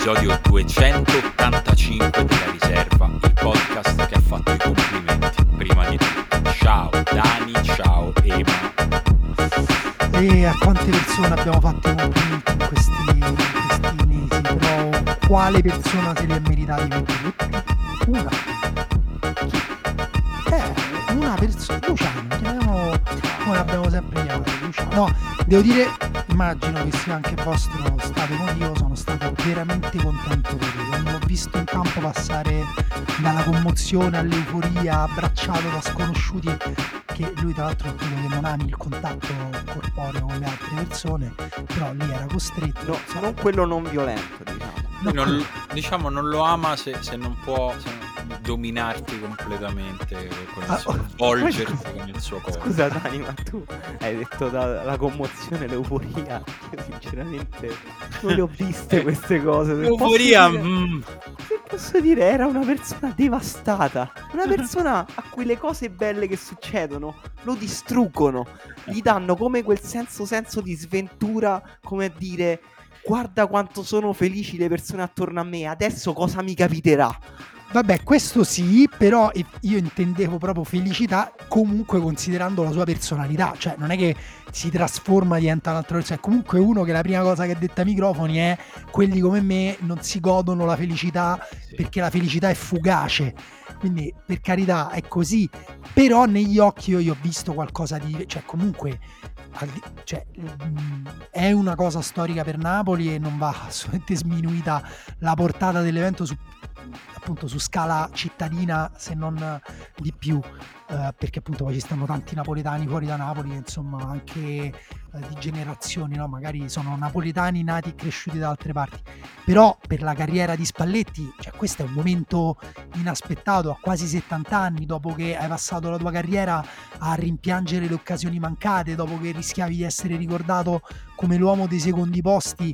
episodio 285 della Riserva, il podcast che ha fatto i complimenti. Prima di tutto, ciao Dani, ciao Ema. E a quante persone abbiamo fatto i complimenti in questi mesi, però quale persona se li è meritati tutti? Una. Una persona, Luciano, chiamiamo come l'abbiamo sempre chiamato, Luciano. No, devo dire, immagino che sia anche il vostro stato emotivo, sono stato veramente contento per lui. Quando l'ho visto in campo passare dalla commozione all'euforia, abbracciato da sconosciuti, che lui tra l'altro credo che non ami il contatto corporeo con le altre persone, però lì era costretto. No, non quello non violento, diciamo. Non lo ama se non può dominarti completamente, svolgerti con il suo corpo. Scusa Dani, ma tu hai detto la commozione, l'euforia. Io sinceramente non le ho viste queste cose. L'euforia, se posso dire, era una persona devastata. Una persona a cui le cose belle che succedono lo distruggono. Gli danno come quel senso di sventura, come a dire: guarda quanto sono felici le persone attorno a me, adesso cosa mi capiterà? Vabbè, questo sì, però io intendevo proprio felicità comunque considerando la sua personalità, cioè non è che si trasforma, diventa un altro persona, è comunque uno che la prima cosa che ha detto ai microfoni è: quelli come me non si godono la felicità, sì, perché la felicità è fugace, quindi per carità è così, però negli occhi io ho visto qualcosa di, cioè comunque è una cosa storica per Napoli e non va assolutamente sminuita la portata dell'evento appunto su scala cittadina, se non di più, perché appunto poi ci stanno tanti napoletani fuori da Napoli, insomma anche di generazioni, no? Magari sono napoletani nati e cresciuti da altre parti, però per la carriera di Spalletti, cioè questo è un momento inaspettato a quasi 70 anni, dopo che hai passato la tua carriera a rimpiangere le occasioni mancate, dopo che rischiavi di essere ricordato come l'uomo dei secondi posti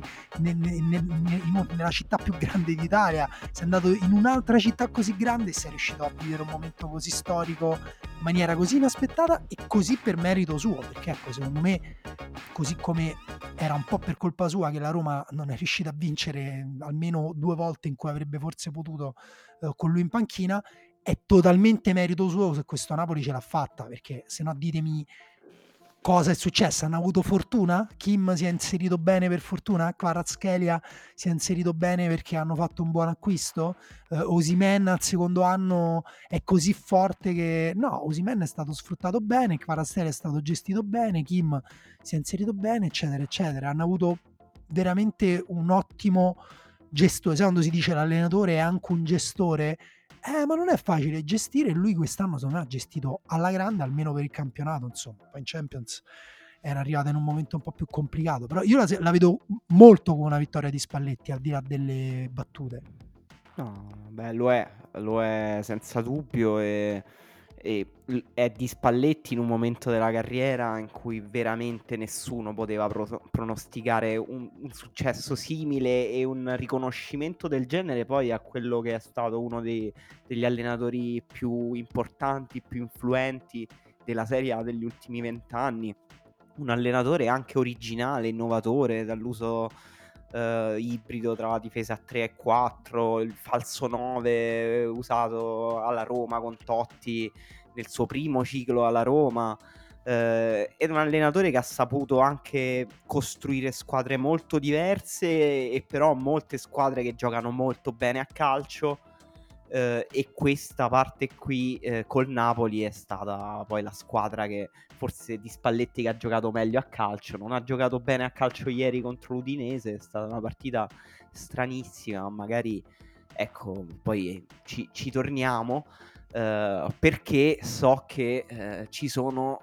nella città più grande d'Italia, sei andato in un'altra città così grande e sei riuscito a vivere un momento così storico in maniera così inaspettata e così per merito suo, perché ecco, secondo me, così come era un po' per colpa sua che la Roma non è riuscita a vincere almeno 2 volte in cui avrebbe forse potuto con lui in panchina, è totalmente merito suo se questo Napoli ce l'ha fatta, perché se no ditemi cosa è successo. Hanno avuto fortuna? Kim si è inserito bene per fortuna? Kvaratskhelia si è inserito bene perché hanno fatto un buon acquisto? Osimhen al secondo anno è così forte che... No, Osimhen è stato sfruttato bene, Kvaratskhelia è stato gestito bene, Kim si è inserito bene, eccetera, eccetera. Hanno avuto veramente un ottimo gestore. Quando si dice l'allenatore è anche un gestore, ma non è facile gestire. Lui quest'anno secondo me ha gestito alla grande, almeno per il campionato, insomma. Poi in Champions era arrivata in un momento un po' più complicato, però io la vedo molto come una vittoria di Spalletti, al di là delle battute. No, beh, lo è senza dubbio, e è di Spalletti in un momento della carriera in cui veramente nessuno poteva pronosticare un successo simile e un riconoscimento del genere poi a quello che è stato uno degli allenatori più importanti, più influenti della Serie A degli ultimi 20 anni. Un allenatore anche originale, innovatore, dall'uso ibrido tra la difesa a 3 e 4, il falso 9 usato alla Roma con Totti nel suo primo ciclo alla Roma. È un allenatore che ha saputo anche costruire squadre molto diverse, e però molte squadre che giocano molto bene a calcio. E questa parte qui col Napoli è stata poi la squadra che forse di Spalletti che ha giocato meglio a calcio. Non ha giocato bene a calcio ieri contro l'Udinese, è stata una partita stranissima, magari ecco poi ci torniamo, perché so che ci sono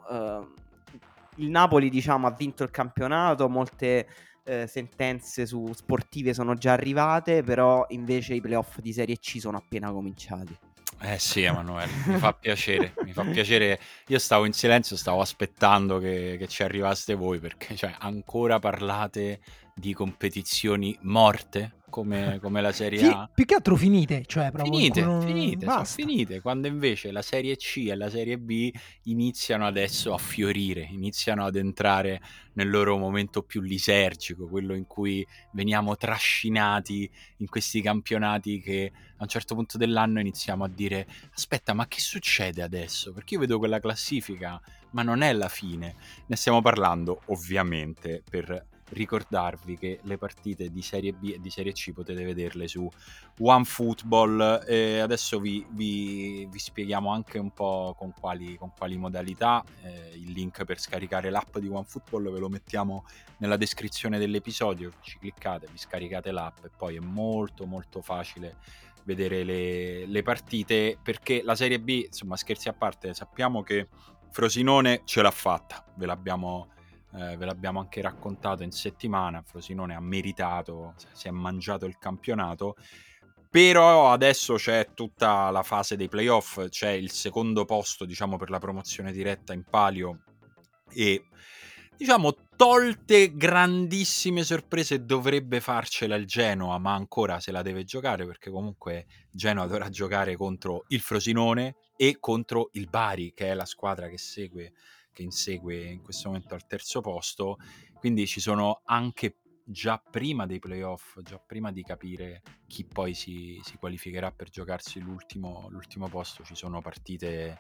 il Napoli, diciamo, ha vinto il campionato, molte sentenze su sportive sono già arrivate, però invece i playoff di Serie C sono appena cominciati. Sì, Emanuele, mi fa piacere, Io stavo in silenzio, stavo aspettando che ci arrivaste voi, perché cioè ancora parlate di competizioni morte? come la Serie A. Più che altro finite, cioè proprio Finite, sono basta. finite, quando invece la Serie C e la Serie B iniziano adesso a fiorire, iniziano ad entrare nel loro momento più lisergico, quello in cui veniamo trascinati in questi campionati che a un certo punto dell'anno iniziamo a dire aspetta, ma che succede adesso? Perché io vedo quella classifica, ma non è la fine. Ne stiamo parlando ovviamente per ricordarvi che le partite di Serie B e di Serie C potete vederle su OneFootball. Adesso vi spieghiamo anche un po' con quali modalità. Il link per scaricare l'app di OneFootball ve lo mettiamo nella descrizione dell'episodio, ci cliccate, vi scaricate l'app e poi è molto molto facile vedere le partite, perché la Serie B, insomma, scherzi a parte, sappiamo che Frosinone ce l'ha fatta, ve l'abbiamo anche raccontato in settimana. Frosinone ha meritato, si è mangiato il campionato, però adesso c'è tutta la fase dei playoff, c'è il secondo posto, diciamo, per la promozione diretta in palio e, diciamo, tolte grandissime sorprese dovrebbe farcela il Genoa, ma ancora se la deve giocare, perché comunque Genoa dovrà giocare contro il Frosinone e contro il Bari, che è la squadra che insegue in questo momento al terzo posto. Quindi ci sono anche, già prima dei playoff, già prima di capire chi poi si qualificherà per giocarsi l'ultimo posto, ci sono partite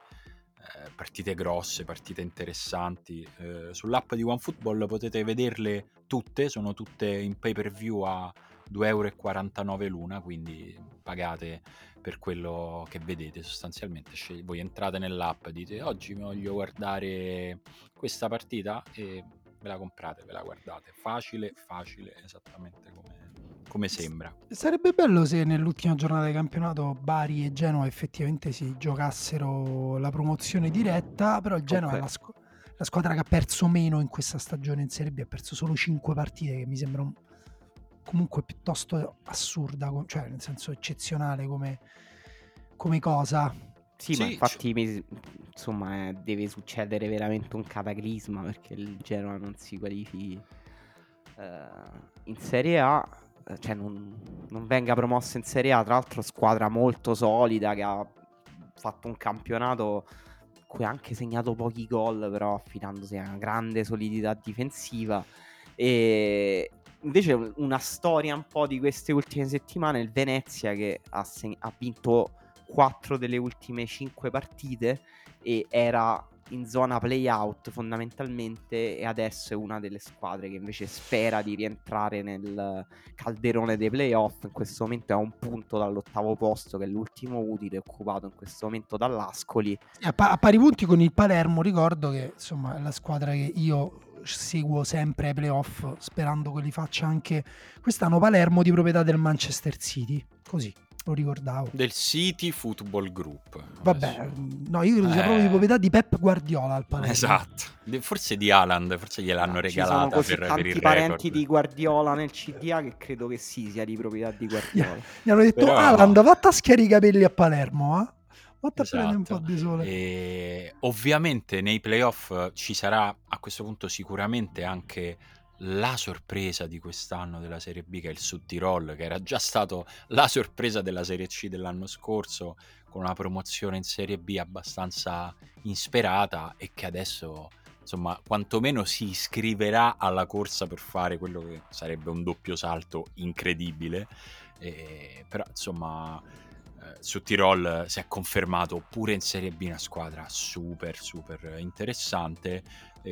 grosse, partite interessanti. Sull'app di OneFootball potete vederle tutte, sono tutte in pay per view a 2,49 € l'una, quindi pagate per quello che vedete sostanzialmente. Voi entrate nell'app, dite oggi mi voglio guardare questa partita e ve la comprate, ve la guardate. Facile, esattamente come sembra. Sarebbe bello se nell'ultima giornata di campionato Bari e Genoa effettivamente si giocassero la promozione diretta, però il Genoa è la squadra che ha perso meno in questa stagione in Serie B, ha perso solo 5 partite, che mi sembra comunque piuttosto assurda, cioè nel senso eccezionale come cosa. Sì, ma infatti insomma deve succedere veramente un cataclisma perché il Genoa non si qualifichi in Serie A, cioè non venga promosso in Serie A. Tra l'altro squadra molto solida che ha fatto un campionato in cui ha anche segnato pochi gol, però affidandosi a una grande solidità difensiva. E invece una storia un po' di queste ultime settimane, il Venezia che ha vinto 4 delle ultime 5 partite e era in zona play-out fondamentalmente, e adesso è una delle squadre che invece spera di rientrare nel calderone dei play-off. In questo momento è a un punto dall'8° posto, che è l'ultimo utile, occupato in questo momento dall'Ascoli. A pari punti con il Palermo. Ricordo che insomma è la squadra che io seguo sempre ai playoff, sperando che li faccia anche quest'anno. Palermo di proprietà del Manchester City, così lo ricordavo, del City Football Group. Vabbè, no, io credo sia proprio di proprietà di Pep Guardiola al Palermo. Esatto, forse di Haaland, forse gliel'hanno regalata. Ci sono così per tanti il parenti record di Guardiola nel CDA che credo che sia di proprietà di Guardiola. Gli hanno detto Però... Haaland, vatta a schiare i capelli a Palermo, vatta a prendere un po' Esatto. di sole. E ovviamente nei playoff ci sarà a questo punto sicuramente anche la sorpresa di quest'anno della Serie B, che è il Sud Tirol, che era già stato la sorpresa della Serie C dell'anno scorso, con una promozione in Serie B abbastanza insperata, e che adesso, insomma, quantomeno si iscriverà alla corsa per fare quello che sarebbe un doppio salto incredibile. Però insomma, Sud Tirol si è confermato pure in Serie B una squadra super interessante.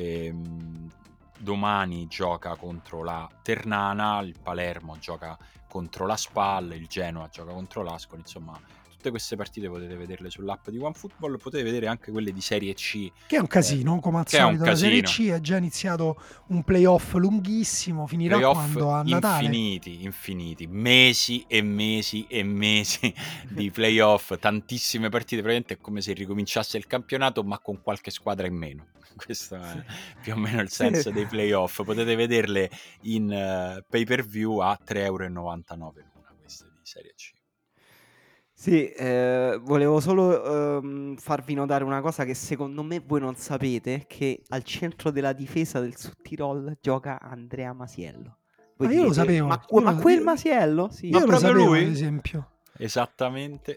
Domani gioca contro la Ternana, il Palermo gioca contro la Spal, il Genoa gioca contro l'Ascoli. Insomma, tutte queste partite potete vederle sull'app di OneFootball. Potete vedere anche quelle di Serie C, che è un casino, come al solito. La Serie C è già iniziato un playoff lunghissimo, finirà quando? A Natale? Infiniti, mesi e mesi di playoff, tantissime partite. Praticamente è come se ricominciasse il campionato, ma con qualche squadra in meno. Questo è più o meno il senso dei playoff. Potete vederle in pay per view a 3,99 € l'una, queste di Serie C. Sì, volevo solo farvi notare una cosa che secondo me voi non sapete, che al centro della difesa del Sud Tirol gioca Andrea Masiello. Voi io lo direte, sapevo. ma Io quel lo- Masiello? Sì. Io lo proprio sapevo, lui? ad esempio. Esattamente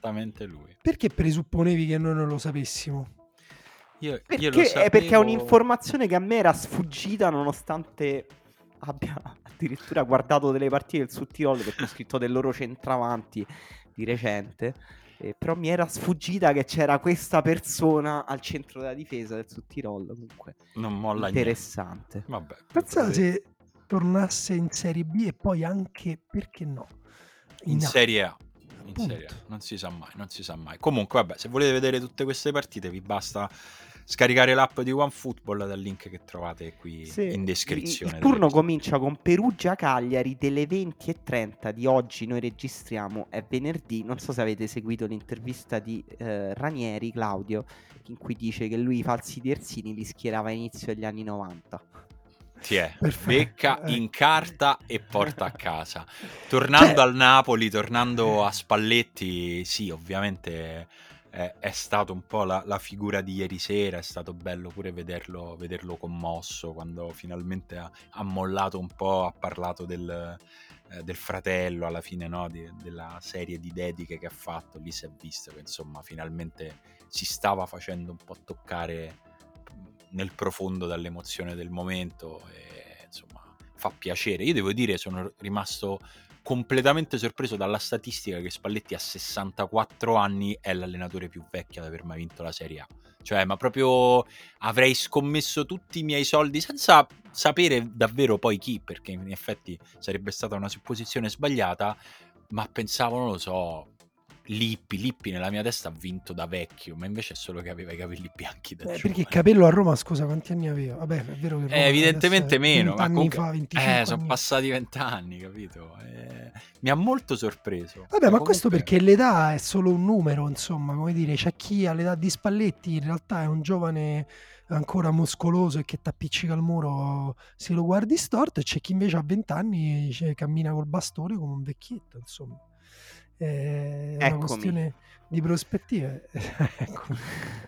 lui. Perché presupponevi che noi non lo sapessimo? Io lo Perché è sapevo. un'informazione che a me era sfuggita nonostante abbia addirittura guardato delle partite del Sud Tirol, perché ho scritto del loro centravanti di recente, però mi era sfuggita che c'era questa persona al centro della difesa del Sud Tirol. Comunque Non molla interessante. niente. Vabbè, Pensa se tornasse in Serie B e poi anche, perché no, in A. Serie A. In Appunto. Serie A. Non si sa mai. Comunque, vabbè, se volete vedere tutte queste partite vi basta scaricare l'app di OneFootball dal link che trovate qui Sì, in descrizione. il turno dell'episodio. comincia con Perugia-Cagliari delle 20:30 di oggi. Noi registriamo, è venerdì. Non so se avete seguito l'intervista di Ranieri, Claudio, in cui dice che lui i falsi terzini li schierava a inizio degli anni 90. Perfetto, Becca ecco. in carta e porta a casa. Tornando al Napoli, tornando a Spalletti, sì, ovviamente è stato un po' la figura di ieri sera. È stato bello pure vederlo commosso quando finalmente ha mollato un po', ha parlato del fratello alla fine, no? Della serie di dediche che ha fatto. Lì si è visto che insomma finalmente si stava facendo un po' toccare nel profondo dall'emozione del momento e insomma fa piacere. Io devo dire, sono rimasto completamente sorpreso dalla statistica che Spalletti a 64 anni è l'allenatore più vecchio ad aver mai vinto la Serie A. Cioè, ma proprio avrei scommesso tutti i miei soldi senza sapere davvero poi chi, perché in effetti sarebbe stata una supposizione sbagliata, ma pensavo, non lo so, Lippi nella mia testa ha vinto da vecchio, ma invece è solo che aveva i capelli bianchi da Perché giovane. Capello a Roma, scusa, quanti anni aveva? Vabbè, è vero che Roma Evidentemente adesso è meno, 20 ma anni comunque fa, 25 sono anni. passati 20 anni, capito? Mi ha molto sorpreso. Vabbè, Cioè, ma questo comunque- perché l'età è solo un numero, insomma, come dire, c'è chi all'età di Spalletti in realtà è un giovane ancora muscoloso e che t'appiccica al muro se lo guardi storto, e c'è chi invece a 20 anni cammina col bastone come un vecchietto, insomma. È una Eccomi. questione di prospettive. Eccomi.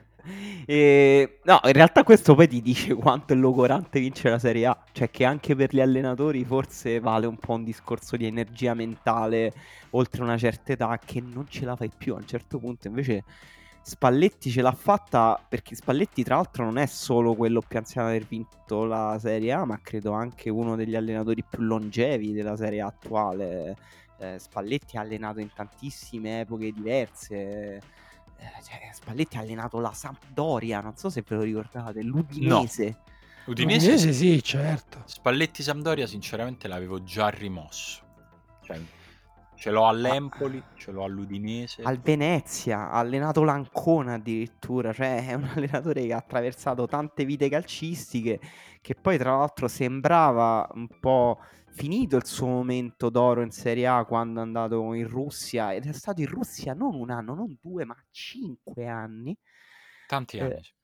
No, in realtà questo poi ti dice quanto è logorante vincere la Serie A, cioè che anche per gli allenatori forse vale un po' un discorso di energia mentale oltre una certa età, che non ce la fai più a un certo punto. Invece Spalletti ce l'ha fatta, perché Spalletti tra l'altro non è solo quello più anziano ad aver vinto la Serie A, ma credo anche uno degli allenatori più longevi della Serie A attuale. Spalletti ha allenato in tantissime epoche diverse. Cioè, Spalletti ha allenato la Sampdoria, non so se ve lo ricordate, l'Udinese. Udinese Udinese sì, certo. Spalletti Sampdoria sinceramente l'avevo già rimosso. Cioè, ce l'ho all'Empoli, ce l'ho all'Udinese. Al Venezia, ha allenato l'Ancona addirittura, cioè è un allenatore che ha attraversato tante vite calcistiche, che poi tra l'altro sembrava un po' finito il suo momento d'oro in Serie A quando è andato in Russia, ed è stato in Russia non un anno, non 2, ma 5 anni. Tanti anni. Sì.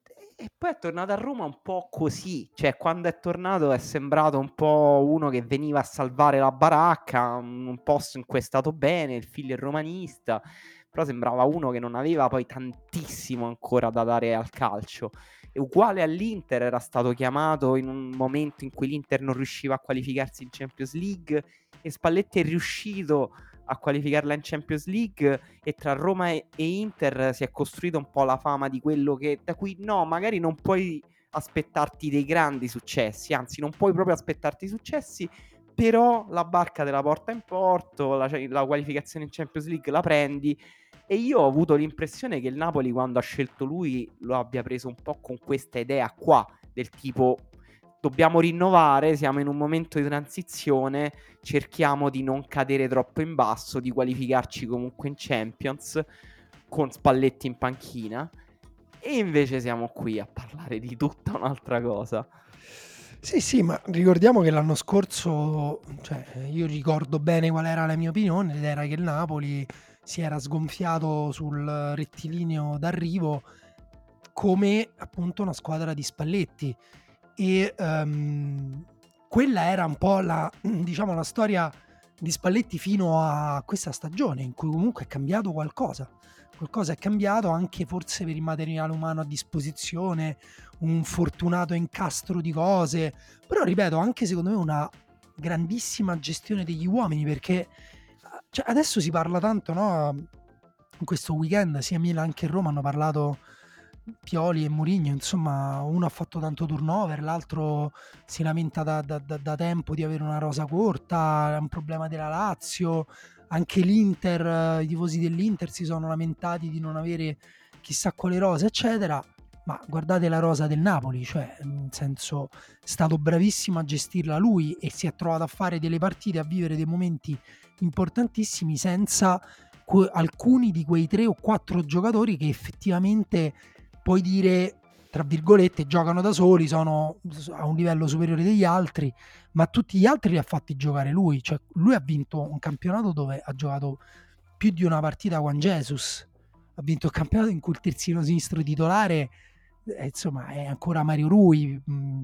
E poi è tornato a Roma un po' così, cioè quando è tornato è sembrato un po' uno che veniva a salvare la baracca, un posto in cui è stato bene, il figlio è romanista, però sembrava uno che non aveva poi tantissimo ancora da dare al calcio. E uguale all'Inter, era stato chiamato in un momento in cui l'Inter non riusciva a qualificarsi in Champions League e Spalletti è riuscito a qualificarla in Champions League, e tra Roma e Inter si è costruito un po' la fama di quello che, da cui no, magari non puoi aspettarti dei grandi successi, anzi non puoi proprio aspettarti successi, però la barca te la porta in porto, la qualificazione in Champions League la prendi. E io ho avuto l'impressione che il Napoli, quando ha scelto lui, lo abbia preso un po' con questa idea qua, del tipo dobbiamo rinnovare, siamo in un momento di transizione, cerchiamo di non cadere troppo in basso, di qualificarci comunque in Champions, con Spalletti in panchina, e invece siamo qui a parlare di tutta un'altra cosa. Sì, ma ricordiamo che l'anno scorso, cioè, io ricordo bene qual era la mia opinione, ed era che il Napoli si era sgonfiato sul rettilineo d'arrivo come appunto una squadra di Spalletti, e quella era un po' diciamo, la storia di Spalletti fino a questa stagione, in cui comunque è cambiato qualcosa è cambiato, anche forse per il materiale umano a disposizione, un fortunato incastro di cose, però ripeto, anche secondo me una grandissima gestione degli uomini, perché cioè, adesso si parla tanto, no? In questo weekend sia Milan che Roma hanno parlato, Pioli e Mourinho, insomma, uno ha fatto tanto turnover, l'altro si lamenta da tempo di avere una rosa corta, è un problema della Lazio, anche l'Inter, i tifosi dell'Inter si sono lamentati di non avere chissà quale rosa, eccetera. Ma guardate la rosa del Napoli, cioè, nel senso, è stato bravissimo a gestirla lui e si è trovato a fare delle partite, a vivere dei momenti importantissimi senza alcuni di quei 3 o 4 giocatori che effettivamente puoi dire, tra virgolette, giocano da soli, sono a un livello superiore degli altri, ma tutti gli altri li ha fatti giocare lui. Cioè, lui ha vinto un campionato dove ha giocato più di una partita Juan Jesus, ha vinto il campionato in cui il terzino sinistro titolare insomma è ancora Mario Rui,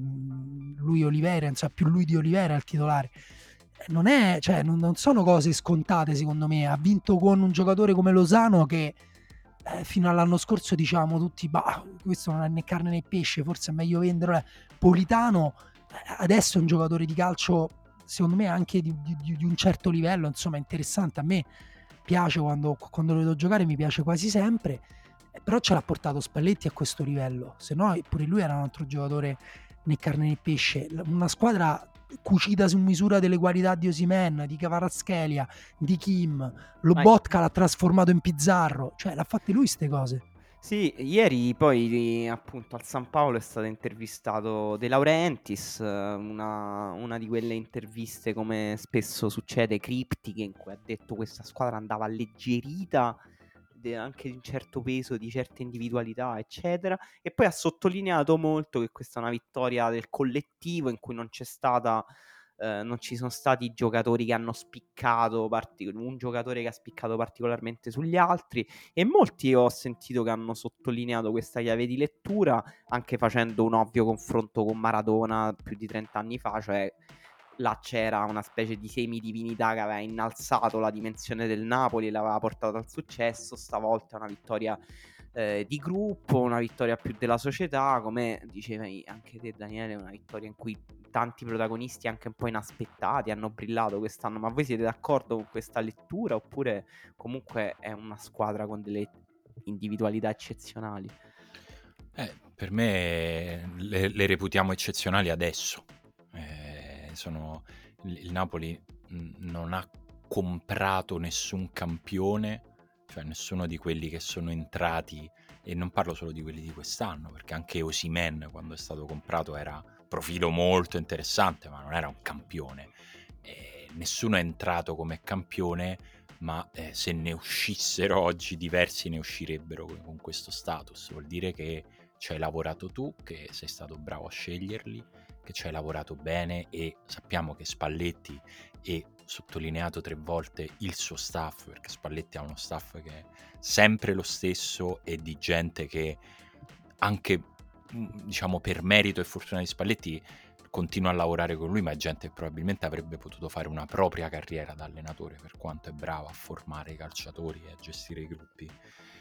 lui Olivera, insomma più lui di Olivera il titolare. Non è, cioè, non sono cose scontate secondo me. Ha vinto con un giocatore come Lozano che fino all'anno scorso dicevamo tutti, bah, questo non è né carne né pesce, forse è meglio venderlo. Politano adesso è un giocatore di calcio secondo me anche di un certo livello, insomma interessante. A me piace quando lo vedo giocare, mi piace quasi sempre, però ce l'ha portato Spalletti a questo livello, se no pure lui era un altro giocatore né carne né pesce. Una squadra cucita su misura delle qualità di Osimhen, di Kvaratskhelia, di Kim, Lobotka l'ha trasformato in Pizarro, cioè l'ha fatte lui ste cose. Sì, ieri poi appunto al San Paolo è stato intervistato De Laurentiis, una di quelle interviste, come spesso succede, criptiche, in cui ha detto questa squadra andava alleggerita anche di un certo peso, di certe individualità, eccetera, e poi ha sottolineato molto che questa è una vittoria del collettivo in cui non c'è stata non ci sono stati giocatori che hanno spiccato, un giocatore che ha spiccato particolarmente sugli altri, e molti ho sentito che hanno sottolineato questa chiave di lettura, anche facendo un ovvio confronto con Maradona più di 30 anni fa, cioè là c'era una specie di semidivinità che aveva innalzato la dimensione del Napoli e l'aveva portato al successo. Stavolta è una vittoria di gruppo, una vittoria più della società, come dicevi anche te Daniele, una vittoria in cui tanti protagonisti anche un po' inaspettati hanno brillato quest'anno. Ma voi siete d'accordo con questa lettura, oppure comunque è una squadra con delle individualità eccezionali? Per me le reputiamo eccezionali adesso. Il Napoli non ha comprato nessun campione, cioè nessuno di quelli che sono entrati, e non parlo solo di quelli di quest'anno, perché anche Osimhen quando è stato comprato era profilo molto interessante, ma non era un campione. Nessuno è entrato come campione, ma se ne uscissero oggi diversi ne uscirebbero con questo status. Vuol dire che ci hai lavorato tu, che sei stato bravo a sceglierli, che ci hai lavorato bene, e sappiamo che Spalletti, e sottolineato 3 volte il suo staff, perché Spalletti ha uno staff che è sempre lo stesso e di gente che anche, diciamo, per merito e fortuna di Spalletti continua a lavorare con lui, ma è gente che probabilmente avrebbe potuto fare una propria carriera da allenatore, per quanto è bravo a formare i calciatori e a gestire i gruppi.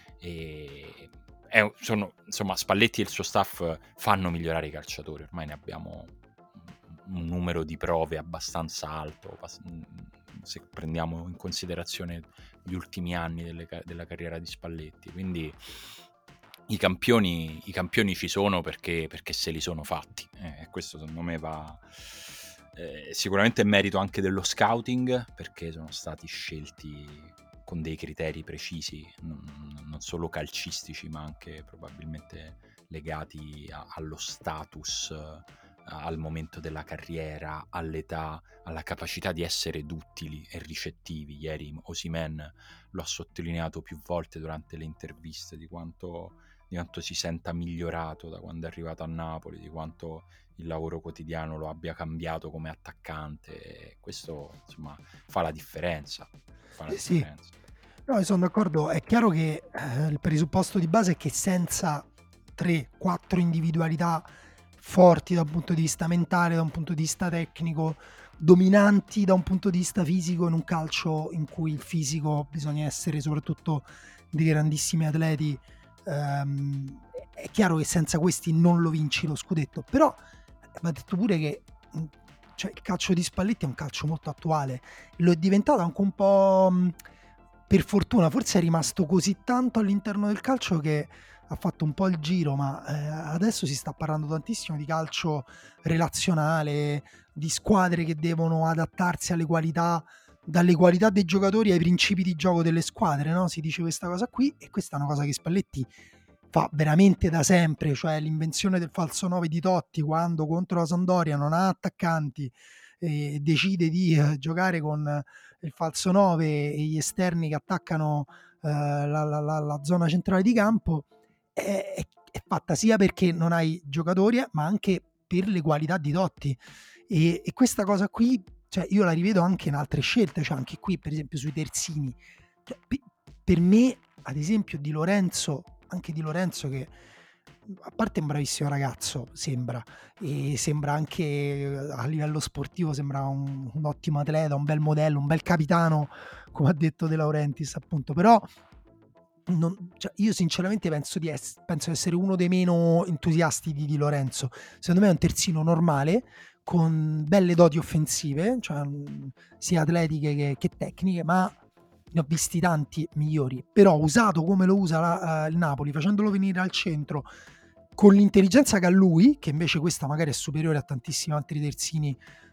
Insomma, Spalletti e il suo staff fanno migliorare i calciatori, ormai ne abbiamo un numero di prove abbastanza alto se prendiamo in considerazione gli ultimi anni della carriera di Spalletti, quindi i campioni ci sono perché se li sono fatti, questo secondo me va sicuramente è merito anche dello scouting, perché sono stati scelti con dei criteri precisi, non solo calcistici, ma anche probabilmente legati allo status, al momento della carriera, all'età, alla capacità di essere duttili e ricettivi. Ieri Osimhen lo ha sottolineato più volte durante le interviste di quanto si senta migliorato da quando è arrivato a Napoli, di quanto il lavoro quotidiano lo abbia cambiato come attaccante. Questo insomma fa la differenza. Sì. No, sono d'accordo. È chiaro che il presupposto di base è che senza 3-4 individualità forti da un punto di vista mentale, da un punto di vista tecnico, dominanti da un punto di vista fisico, in un calcio in cui il fisico bisogna essere soprattutto dei grandissimi atleti, è chiaro che senza questi non lo vinci lo scudetto. Però va detto pure che cioè il calcio di Spalletti è un calcio molto attuale, lo è diventato anche un po', per fortuna, forse è rimasto così tanto all'interno del calcio che ha fatto un po' il giro, ma adesso si sta parlando tantissimo di calcio relazionale, di squadre che devono adattarsi alle qualità, dalle qualità dei giocatori ai principi di gioco delle squadre, no? Si dice questa cosa qui, e questa è una cosa che Spalletti fa veramente da sempre, cioè l'invenzione del falso 9 di Totti quando contro la Sampdoria non ha attaccanti e decide di giocare con il falso 9 e gli esterni che attaccano la zona centrale di campo è fatta sia perché non hai giocatori, ma anche per le qualità di Totti, e questa cosa qui, cioè, io la rivedo anche in altre scelte, cioè anche qui per esempio sui terzini, cioè, per me ad esempio Di Lorenzo, anche Di Lorenzo, che a parte è un bravissimo ragazzo, sembra, e sembra anche a livello sportivo sembra un ottimo atleta, un bel modello, un bel capitano, come ha detto De Laurentiis appunto, però cioè, io sinceramente penso di essere uno dei meno entusiasti di Di Lorenzo. Secondo me è un terzino normale con belle doti offensive, cioè sia atletiche che tecniche, ma ne ho visti tanti migliori. Però usato come lo usa il Napoli, facendolo venire al centro con l'intelligenza che ha lui, che invece questa magari è superiore a tantissimi altri terzini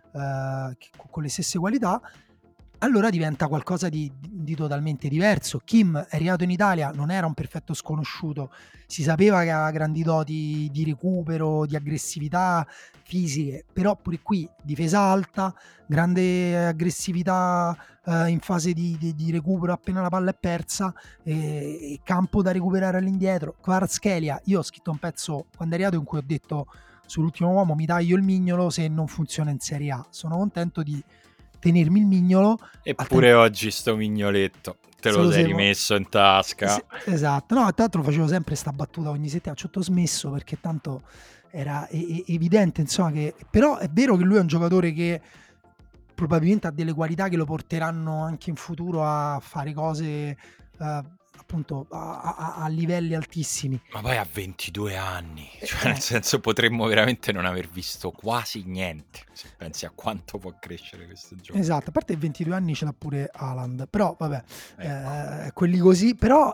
con le stesse qualità, allora diventa qualcosa di totalmente diverso. Kim è arrivato in Italia, non era un perfetto sconosciuto, si sapeva che aveva grandi doti di recupero, di aggressività fisiche, però pure qui difesa alta, grande aggressività in fase di recupero appena la palla è persa, e campo da recuperare all'indietro. Kvaratskhelia, io ho scritto un pezzo quando è arrivato in cui ho detto sull'ultimo uomo mi taglio il mignolo se non funziona in Serie A. Sono contento di tenermi il mignolo. Eppure oggi sto mignoletto te lo sei rimesso in tasca. Esatto, no, tra l'altro facevo sempre sta battuta ogni settimana, ci ho smesso perché tanto era evidente, insomma, che però è vero che lui è un giocatore che probabilmente ha delle qualità che lo porteranno anche in futuro a fare cose appunto a livelli altissimi. Ma poi ha 22 anni, cioè nel senso potremmo veramente non aver visto quasi niente, se pensi a quanto può crescere questo gioco. Esatto, a parte i 22 anni ce l'ha pure Haaland, però vabbè, quelli così, però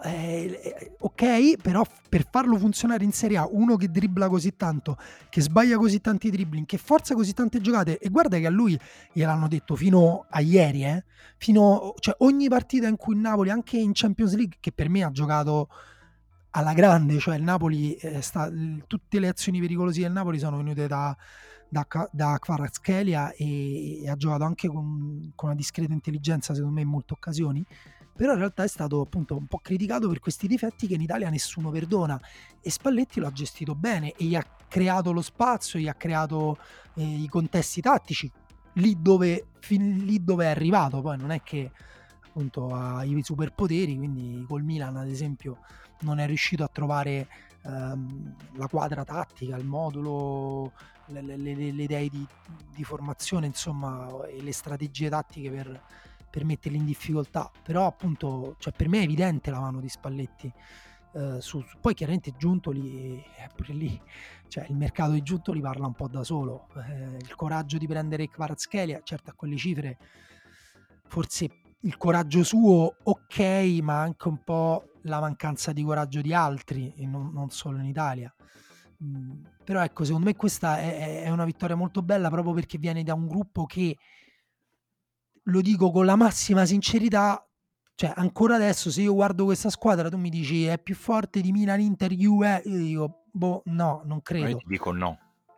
ok, però per farlo funzionare in Serie A, uno che dribbla così tanto, che sbaglia così tanti dribbling, che forza così tante giocate, e guarda che a lui gliel'hanno detto fino a ieri, cioè ogni partita in cui il Napoli, anche in Champions League, che per me ha giocato alla grande, cioè il Napoli tutte le azioni pericolose del Napoli sono venute da Kvaratskhelia, e ha giocato anche con una discreta intelligenza secondo me in molte occasioni, però in realtà è stato appunto un po' criticato per questi difetti che in Italia nessuno perdona, e Spalletti lo ha gestito bene e gli ha creato lo spazio, gli ha creato i contesti tattici lì dove è arrivato. Poi non è che appunto ha i superpoteri, quindi col Milan ad esempio non è riuscito a trovare la quadra tattica, il modulo, le idee di formazione, insomma, e le strategie tattiche per metterli in difficoltà. Però appunto, cioè, per me è evidente la mano di Spalletti. Poi chiaramente Giuntoli, pure lì, cioè il mercato di Giuntoli parla un po' da solo. Il coraggio di prendere Kvaratskhelia, certo a quelle cifre forse il coraggio suo ok, ma anche un po' la mancanza di coraggio di altri, e non solo in Italia. Però ecco, secondo me questa è una vittoria molto bella, proprio perché viene da un gruppo che, lo dico con la massima sincerità, cioè ancora adesso se io guardo questa squadra tu mi dici è più forte di Milan, Inter, Juve, io dico boh, no, non credo. Io ti dico no.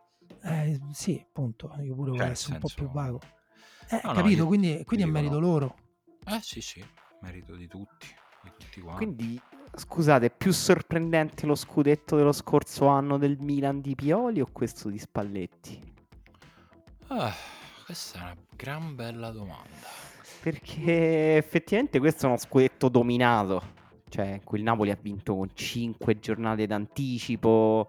Sì, appunto, io pure vorrei essere un po' più vago. Capito? Quindi è merito loro. Sì, merito di tutti quanti. Quindi, scusate, è più sorprendente lo scudetto dello scorso anno del Milan di Pioli o questo di Spalletti? Questa è una gran bella domanda. Perché effettivamente questo è uno scudetto dominato, cioè in cui il Napoli ha vinto con 5 giornate d'anticipo,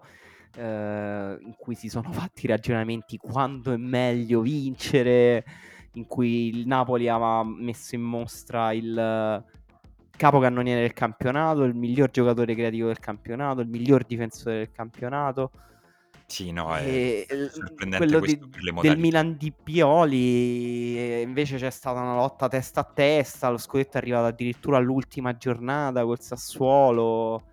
in cui si sono fatti ragionamenti quando è meglio vincere, in cui il Napoli aveva messo in mostra il capocannoniere del campionato, il miglior giocatore creativo del campionato, il miglior difensore del campionato, Sì, no, è E sorprendente quello questo per le del modalità. Milan di Pioli, invece c'è stata una lotta testa a testa, lo scudetto è arrivato addirittura all'ultima giornata col Sassuolo,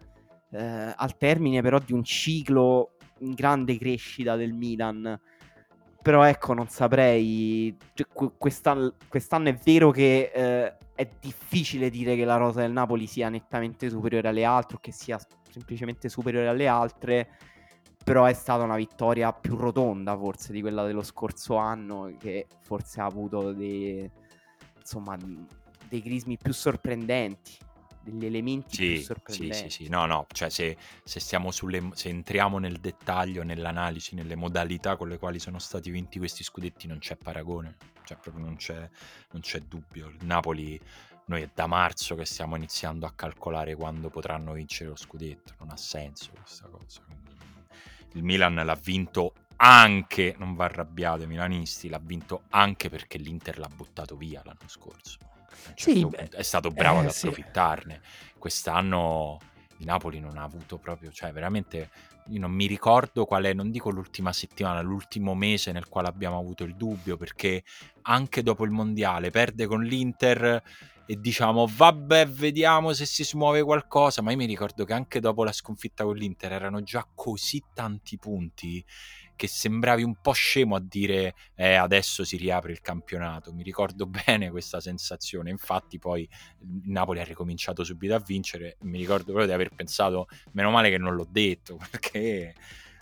al termine però di un ciclo in grande crescita del Milan. Però ecco, non saprei, cioè, quest'anno è vero che è difficile dire che la rosa del Napoli sia nettamente superiore alle altre o che sia semplicemente superiore alle altre, però è stata una vittoria più rotonda forse di quella dello scorso anno, che forse ha avuto insomma, dei crismi più sorprendenti, degli elementi più Sì, sì, sì, sorprendenti. sì. No, no, cioè se stiamo se entriamo nel dettaglio, nell'analisi, nelle modalità con le quali sono stati vinti questi scudetti, non c'è paragone, cioè proprio non c'è dubbio. Il Napoli, noi è da marzo che stiamo iniziando a calcolare quando potranno vincere lo scudetto, non ha senso questa cosa. Quindi, il Milan l'ha vinto anche, non va arrabbiate milanisti, l'ha vinto anche perché l'Inter l'ha buttato via l'anno scorso. A un Sì, certo punto è stato bravo ad sì. approfittarne. Quest'anno il Napoli non ha avuto proprio, cioè veramente io non mi ricordo qual è, non dico l'ultima settimana, l'ultimo mese nel quale abbiamo avuto il dubbio, perché anche dopo il mondiale perde con l'Inter e diciamo vabbè, vediamo se si smuove qualcosa, ma io mi ricordo che anche dopo la sconfitta con l'Inter erano già così tanti punti che sembravi un po' scemo a dire adesso si riapre il campionato. Mi ricordo bene questa sensazione, infatti poi il Napoli ha ricominciato subito a vincere, mi ricordo proprio di aver pensato meno male che non l'ho detto, perché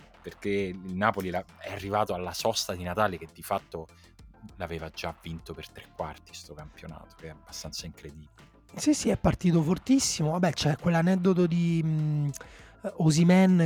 il Napoli è arrivato alla sosta di Natale che di fatto l'aveva già vinto per 3/4 sto campionato, che è abbastanza incredibile. Sì, sì, è partito fortissimo. Vabbè, c'è quell'aneddoto di Osimhen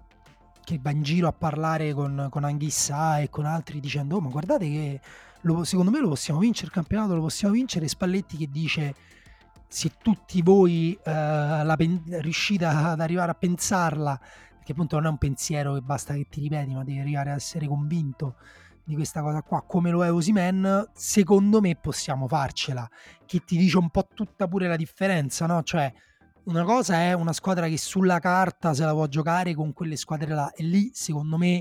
che va in giro a parlare con Anghissà e con altri dicendo: "Oh, ma guardate che secondo me lo possiamo vincere il campionato, lo possiamo vincere". E Spalletti che dice: "Se tutti voi riuscite ad arrivare a pensarla", perché appunto non è un pensiero che basta che ti ripeti, ma devi arrivare a essere convinto di questa cosa qua, come lo è Osimhen, secondo me possiamo farcela. Che ti dice un po' tutta pure la differenza, no? Cioè, una cosa è una squadra che sulla carta se la può giocare con quelle squadre là, e lì secondo me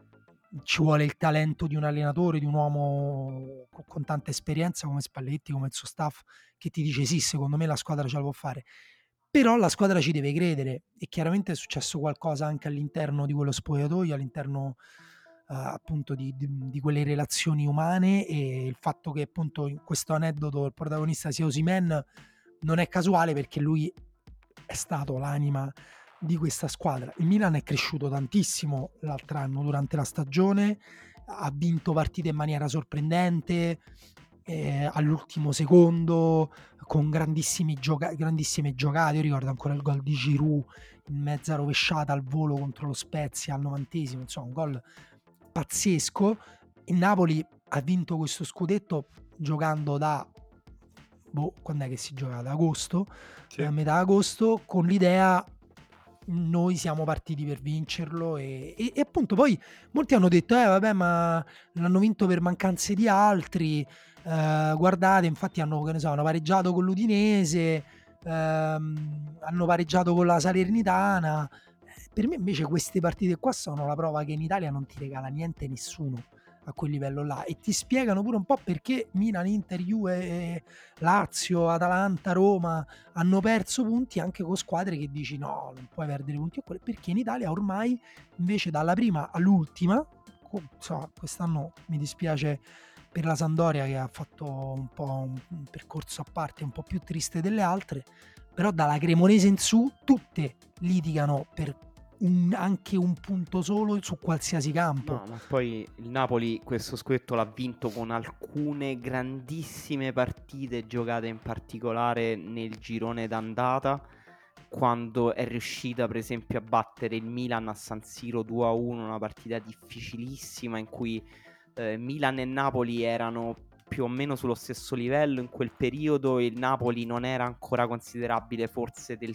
ci vuole il talento di un allenatore, di un uomo con tanta esperienza come Spalletti, come il suo staff, che ti dice sì, secondo me la squadra ce la può fare. Però la squadra ci deve credere, e chiaramente è successo qualcosa anche all'interno di quello spogliatoio, all'interno appunto di quelle relazioni umane, e il fatto che appunto in questo aneddoto il protagonista sia Osimhen non è casuale, perché lui è stato l'anima di questa squadra. Il Milan è cresciuto tantissimo l'altro anno durante la stagione, ha vinto partite in maniera sorprendente, all'ultimo secondo, con grandissime giocate. Io ricordo ancora il gol di Giroud in mezza rovesciata al volo contro lo Spezia al 90esimo, insomma un gol pazzesco. Il Napoli ha vinto questo scudetto giocando da quando è che si gioca? Ad agosto, Sì. a metà agosto, con l'idea noi siamo partiti per vincerlo, e appunto poi molti hanno detto vabbè, ma l'hanno vinto per mancanze di altri, guardate, infatti hanno pareggiato con l'Udinese, hanno pareggiato con la Salernitana. Per me invece queste partite qua sono la prova che in Italia non ti regala niente nessuno a quel livello là, e ti spiegano pure un po' perché Milan, Inter, Juve, Lazio, Atalanta, Roma hanno perso punti anche con squadre che dici no, non puoi perdere punti, perché in Italia ormai invece dalla prima all'ultima, quest'anno mi dispiace per la Sampdoria che ha fatto un po' un percorso a parte un po' più triste delle altre, però dalla Cremonese in su tutte litigano per anche un punto solo su qualsiasi campo. No, ma poi il Napoli questo scudetto l'ha vinto con alcune grandissime partite giocate in particolare nel girone d'andata, quando è riuscita per esempio a battere il Milan a San Siro 2-1, una partita difficilissima in cui Milan e Napoli erano più o meno sullo stesso livello in quel periodo, e il Napoli non era ancora considerabile forse del tutto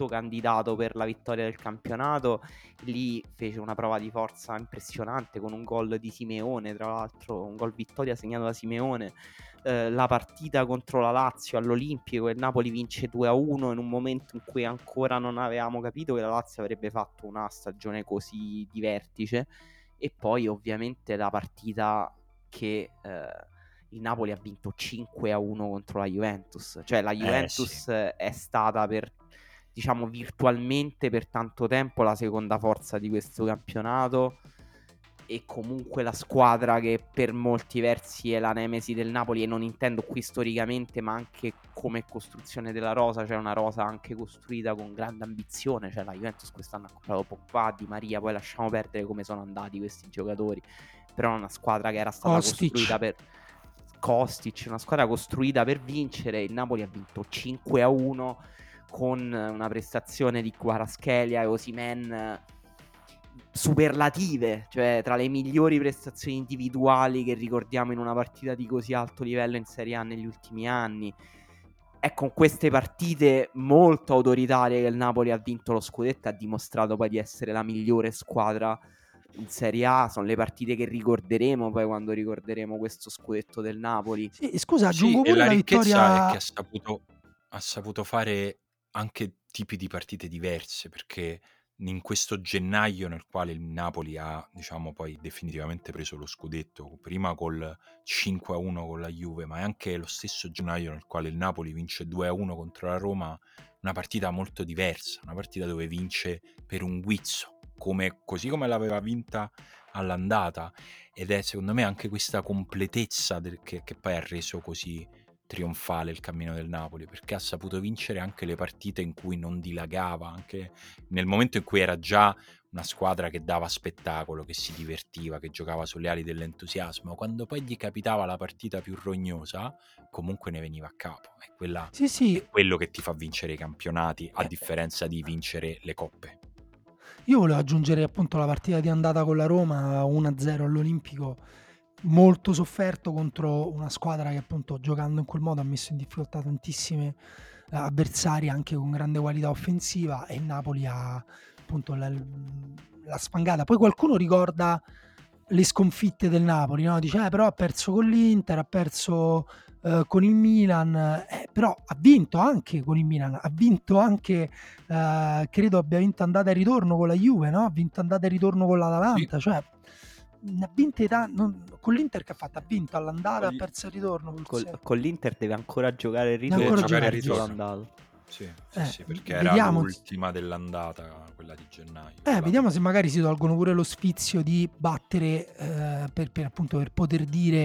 alto candidato per la vittoria del campionato. Lì fece una prova di forza impressionante con un gol di Simeone, tra l'altro un gol vittoria segnato da Simeone. La partita contro la Lazio all'Olimpico, il Napoli vince 2-1 in un momento in cui ancora non avevamo capito che la Lazio avrebbe fatto una stagione così di vertice. E poi ovviamente la partita che il Napoli ha vinto 5-1 contro la Juventus. Cioè la Juventus Sì. è stata per, diciamo, virtualmente per tanto tempo la seconda forza di questo campionato, e comunque la squadra che per molti versi è la nemesi del Napoli, e non intendo qui storicamente ma anche come costruzione della rosa. Cioè una rosa anche costruita con grande ambizione. Cioè la Juventus quest'anno ha comprato Pogba, Di Maria, poi lasciamo perdere come sono andati questi giocatori, però è una squadra che era stata costruita per Kostic, una squadra costruita per vincere. Il Napoli ha vinto 5-1 con una prestazione di Kvaratskhelia e Osimhen superlative, cioè tra le migliori prestazioni individuali che ricordiamo in una partita di così alto livello in Serie A negli ultimi anni. È con queste partite molto autoritarie che il Napoli ha vinto lo scudetto e ha dimostrato poi di essere la migliore squadra in Serie A. Sono le partite che ricorderemo poi quando ricorderemo questo scudetto del Napoli. Sì, scusa, Sì, aggiungo e pure la la ricchezza è vittoria. che ha saputo fare anche tipi di partite diverse, perché in questo gennaio nel quale il Napoli ha, diciamo, poi definitivamente preso lo scudetto, prima col 5-1 con la Juve, ma è anche lo stesso gennaio nel quale il Napoli vince 2-1 contro la Roma, una partita molto diversa, una partita dove vince per un guizzo, così come l'aveva vinta all'andata. Ed è secondo me anche questa completezza che poi ha reso così trionfale il cammino del Napoli, perché ha saputo vincere anche le partite in cui non dilagava, anche nel momento in cui era già una squadra che dava spettacolo, che si divertiva, che giocava sulle ali dell'entusiasmo. Quando poi gli capitava la partita più rognosa, comunque ne veniva a capo. Sì, sì, È quello che ti fa vincere i campionati, a eh, differenza di vincere le coppe. io volevo aggiungere appunto la partita di andata con la Roma 1-0 all'Olimpico, molto sofferto contro una squadra che appunto giocando in quel modo ha messo in difficoltà tantissime avversari anche con grande qualità offensiva, e il Napoli ha appunto la spangata. Poi qualcuno ricorda le sconfitte del Napoli, no? Dice però ha perso con l'Inter, ha perso con il Milan, però ha vinto anche con il Milan, ha vinto anche credo abbia vinto andata e ritorno con la Juve, no? Ha vinto andata e ritorno con l'Atalanta, Sì. cioè ne ha vinte con l'Inter che ha fatto, ha vinto all'andata, ha Con gli- perso il ritorno, Con l'Inter deve ancora giocare il deve ritorno, ancora giocare il ha solo ritorno. andato. Sì, perché era vediamo, l'ultima dell'andata, quella di gennaio. Quella vediamo se magari si tolgono pure lo sfizio di battere appunto per poter dire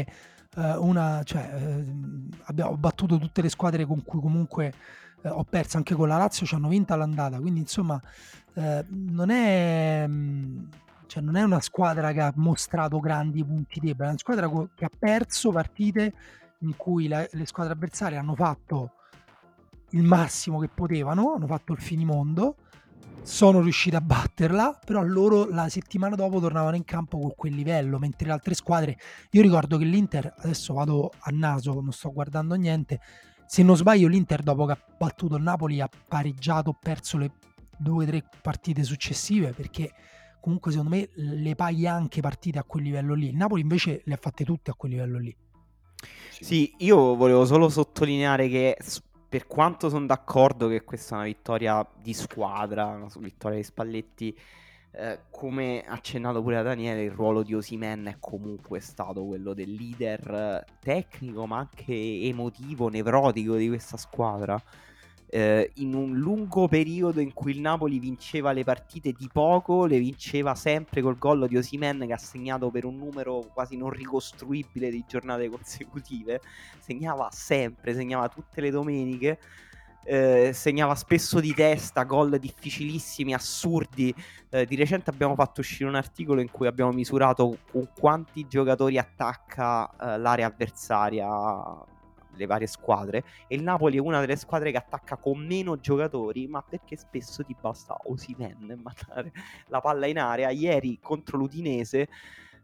ho battuto tutte le squadre con cui comunque ho perso, anche con la Lazio ci hanno vinto all'andata, quindi insomma non è cioè non è una squadra che ha mostrato grandi punti deboli, è una squadra che ha perso partite in cui le squadre avversarie hanno fatto il massimo che potevano, hanno fatto il finimondo, sono riusciti a batterla, però loro la settimana dopo tornavano in campo con quel livello, mentre le altre squadre, io ricordo che l'Inter, adesso vado a naso, non sto guardando niente, se non sbaglio l'Inter dopo che ha battuto il Napoli ha pareggiato, perso le 2-3 partite successive, perché comunque secondo me le paghi anche partite a quel livello lì. Il Napoli invece le ha fatte tutte a quel livello lì. Sì, io volevo solo sottolineare che per quanto sono d'accordo che questa è una vittoria di squadra, una vittoria di Spalletti, come accennato pure da Daniele, il ruolo di Osimhen è comunque stato quello del leader tecnico ma anche emotivo, nevrotico di questa squadra. In un lungo periodo in cui il Napoli vinceva le partite di poco, le vinceva sempre col gol di Osimhen, che ha segnato per un numero quasi non ricostruibile di giornate consecutive. Segnava sempre, segnava tutte le domeniche, segnava spesso di testa, gol difficilissimi, assurdi. Di recente abbiamo fatto uscire un articolo in cui abbiamo misurato con quanti giocatori attacca l'area avversaria, le varie squadre, e il Napoli è una delle squadre che attacca con meno giocatori, ma perché spesso ti basta Osimhen mandare la palla in area. Ieri contro l'Udinese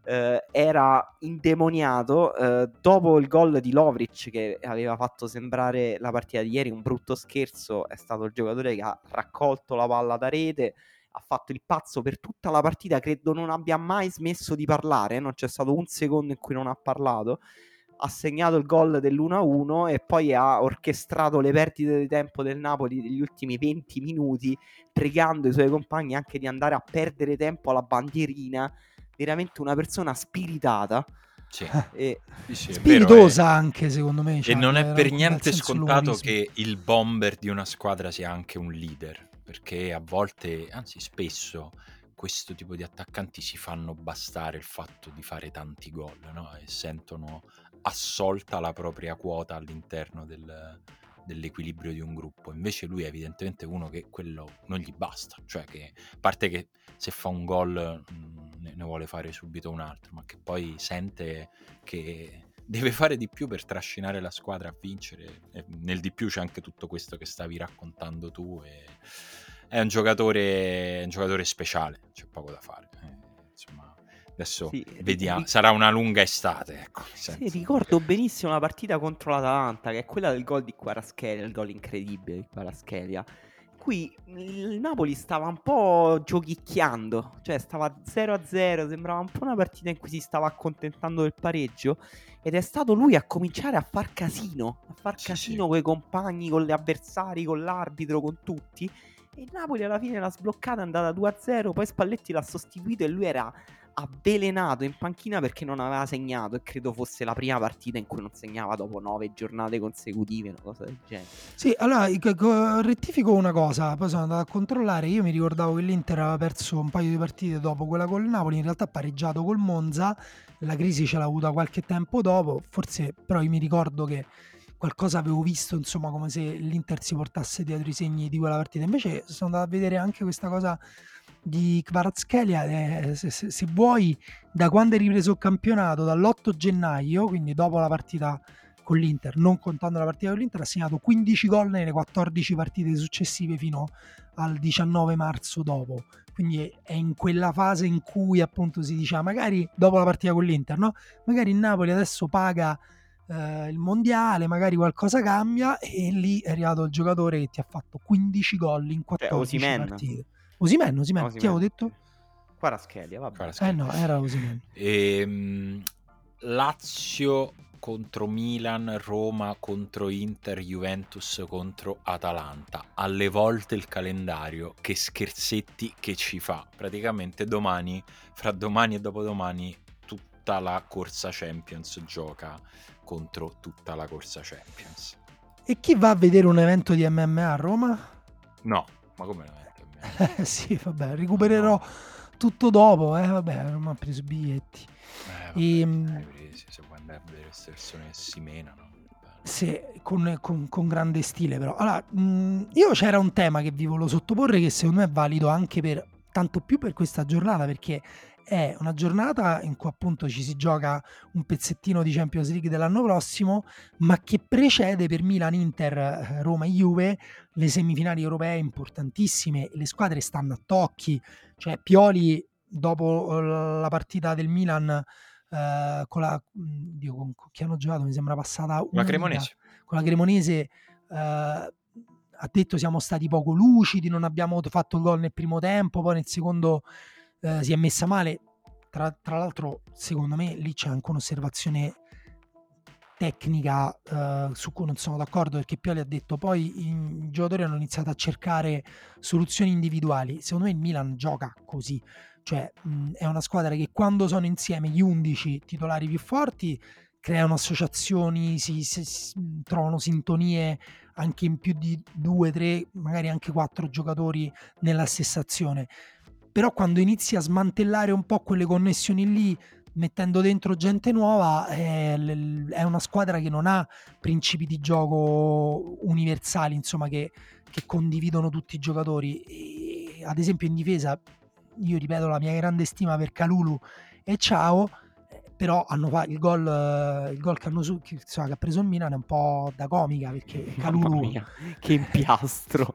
era indemoniato. Dopo il gol di Lovric, che aveva fatto sembrare la partita di ieri un brutto scherzo, è stato il giocatore che ha raccolto la palla da rete, ha fatto il pazzo per tutta la partita, credo non abbia mai smesso di parlare, non c'è stato un secondo in cui non ha parlato. Ha segnato il gol dell'1-1 e poi ha orchestrato le perdite di tempo del Napoli degli ultimi 20 minuti, pregando i suoi compagni anche di andare a perdere tempo alla bandierina. Veramente una persona spiritata. Sì. E Sì, è spiritosa vero, anche, secondo me. e non è per un bel niente senso scontato dell'umorismo. che il bomber di una squadra sia anche un leader, perché a volte, anzi spesso, questo tipo di attaccanti si fanno bastare il fatto di fare tanti gol, no? E sentono assolta la propria quota all'interno dell'equilibrio di un gruppo. Invece lui è evidentemente uno che quello non gli basta, cioè che, a parte che se fa un gol ne vuole fare subito un altro, ma che poi sente che deve fare di più per trascinare la squadra a vincere, e nel di più c'è anche tutto questo che stavi raccontando tu, e è un giocatore speciale, c'è poco da fare, insomma, adesso sì, vediamo, sarà una lunga estate, ecco, sì, ricordo benissimo la partita contro l'Atalanta, che è quella del gol di Kvaratskhelia, il gol incredibile di Kvaratskhelia. Qui il Napoli stava un po' giochicchiando, cioè stava 0-0, sembrava un po' una partita in cui si stava accontentando del pareggio, ed è stato lui a cominciare a far casino, Sì. con i compagni, con gli avversari, con l'arbitro, con tutti, e il Napoli alla fine l'ha sbloccata, è andata 2-0, poi Spalletti l'ha sostituito e lui era avvelenato in panchina perché non aveva segnato, e credo fosse la prima partita in cui non segnava dopo 9 giornate consecutive, una cosa del genere. Sì, allora rettifico una cosa, poi sono andato a controllare, io mi ricordavo che l'Inter aveva perso un paio di partite dopo quella col Napoli, in realtà ha pareggiato col Monza, la crisi ce l'ha avuta qualche tempo dopo, forse però io mi ricordo che qualcosa avevo visto, insomma, come se l'Inter si portasse dietro i segni di quella partita, invece sono andato a vedere anche questa cosa di Kvaratskhelia, se vuoi, da quando è ripreso il campionato, dall'8 gennaio, quindi dopo la partita con l'Inter, non contando la partita con l'Inter, ha segnato 15 gol nelle 14 partite successive fino al 19 marzo dopo. Quindi è in quella fase in cui appunto si diceva, magari dopo la partita con l'Inter, no? Magari il Napoli adesso paga il mondiale, magari qualcosa cambia, e lì è arrivato il giocatore che ti ha fatto 15 gol in 14 partite. Osimhen, chi avevo detto? Kvaratskhelia, vabbè. Kvaratskhelia. No, era Osimhen. Lazio contro Milan, Roma contro Inter, Juventus contro Atalanta. Alle volte il calendario, che scherzetti che ci fa. Praticamente domani, fra domani e dopodomani, tutta la corsa Champions gioca contro tutta la corsa Champions. E chi va a vedere un evento di MMA a Roma? No, ma come un evento MMA? Sì, vabbè, recupererò tutto dopo, vabbè, non ho preso i biglietti. Se vuoi andare a vedere queste persone che si menano. Sì, con grande stile però. Allora, io c'era un tema che vi volevo sottoporre, che secondo me è valido anche per, tanto più per questa giornata, perché è una giornata in cui appunto ci si gioca un pezzettino di Champions League dell'anno prossimo, ma che precede per Milan, Inter, Roma e Juve le semifinali europee importantissime, e le squadre stanno a tocchi, cioè Pioli dopo la partita del Milan con chi hanno giocato, mi sembra passata una Cremonese. con la Cremonese, ha detto siamo stati poco lucidi, non abbiamo fatto il gol nel primo tempo, poi nel secondo si è messa male. Tra l'altro secondo me lì c'è anche un'osservazione tecnica su cui non sono d'accordo, perché Pioli ha detto poi i giocatori hanno iniziato a cercare soluzioni individuali. Secondo me il Milan gioca così, cioè è una squadra che quando sono insieme gli 11 titolari più forti creano associazioni, si trovano sintonie anche in più di 2, 3, magari anche 4 giocatori nella stessa azione. Però quando inizi a smantellare un po' quelle connessioni lì, mettendo dentro gente nuova, è una squadra che non ha principi di gioco universali, insomma, che condividono tutti i giocatori. E, ad esempio in difesa, io ripeto la mia grande stima per Kalulu e Ciao, però hanno il gol che ha preso il Milan è un po' da comica, perché Kalulu, mamma mia, che impiastro.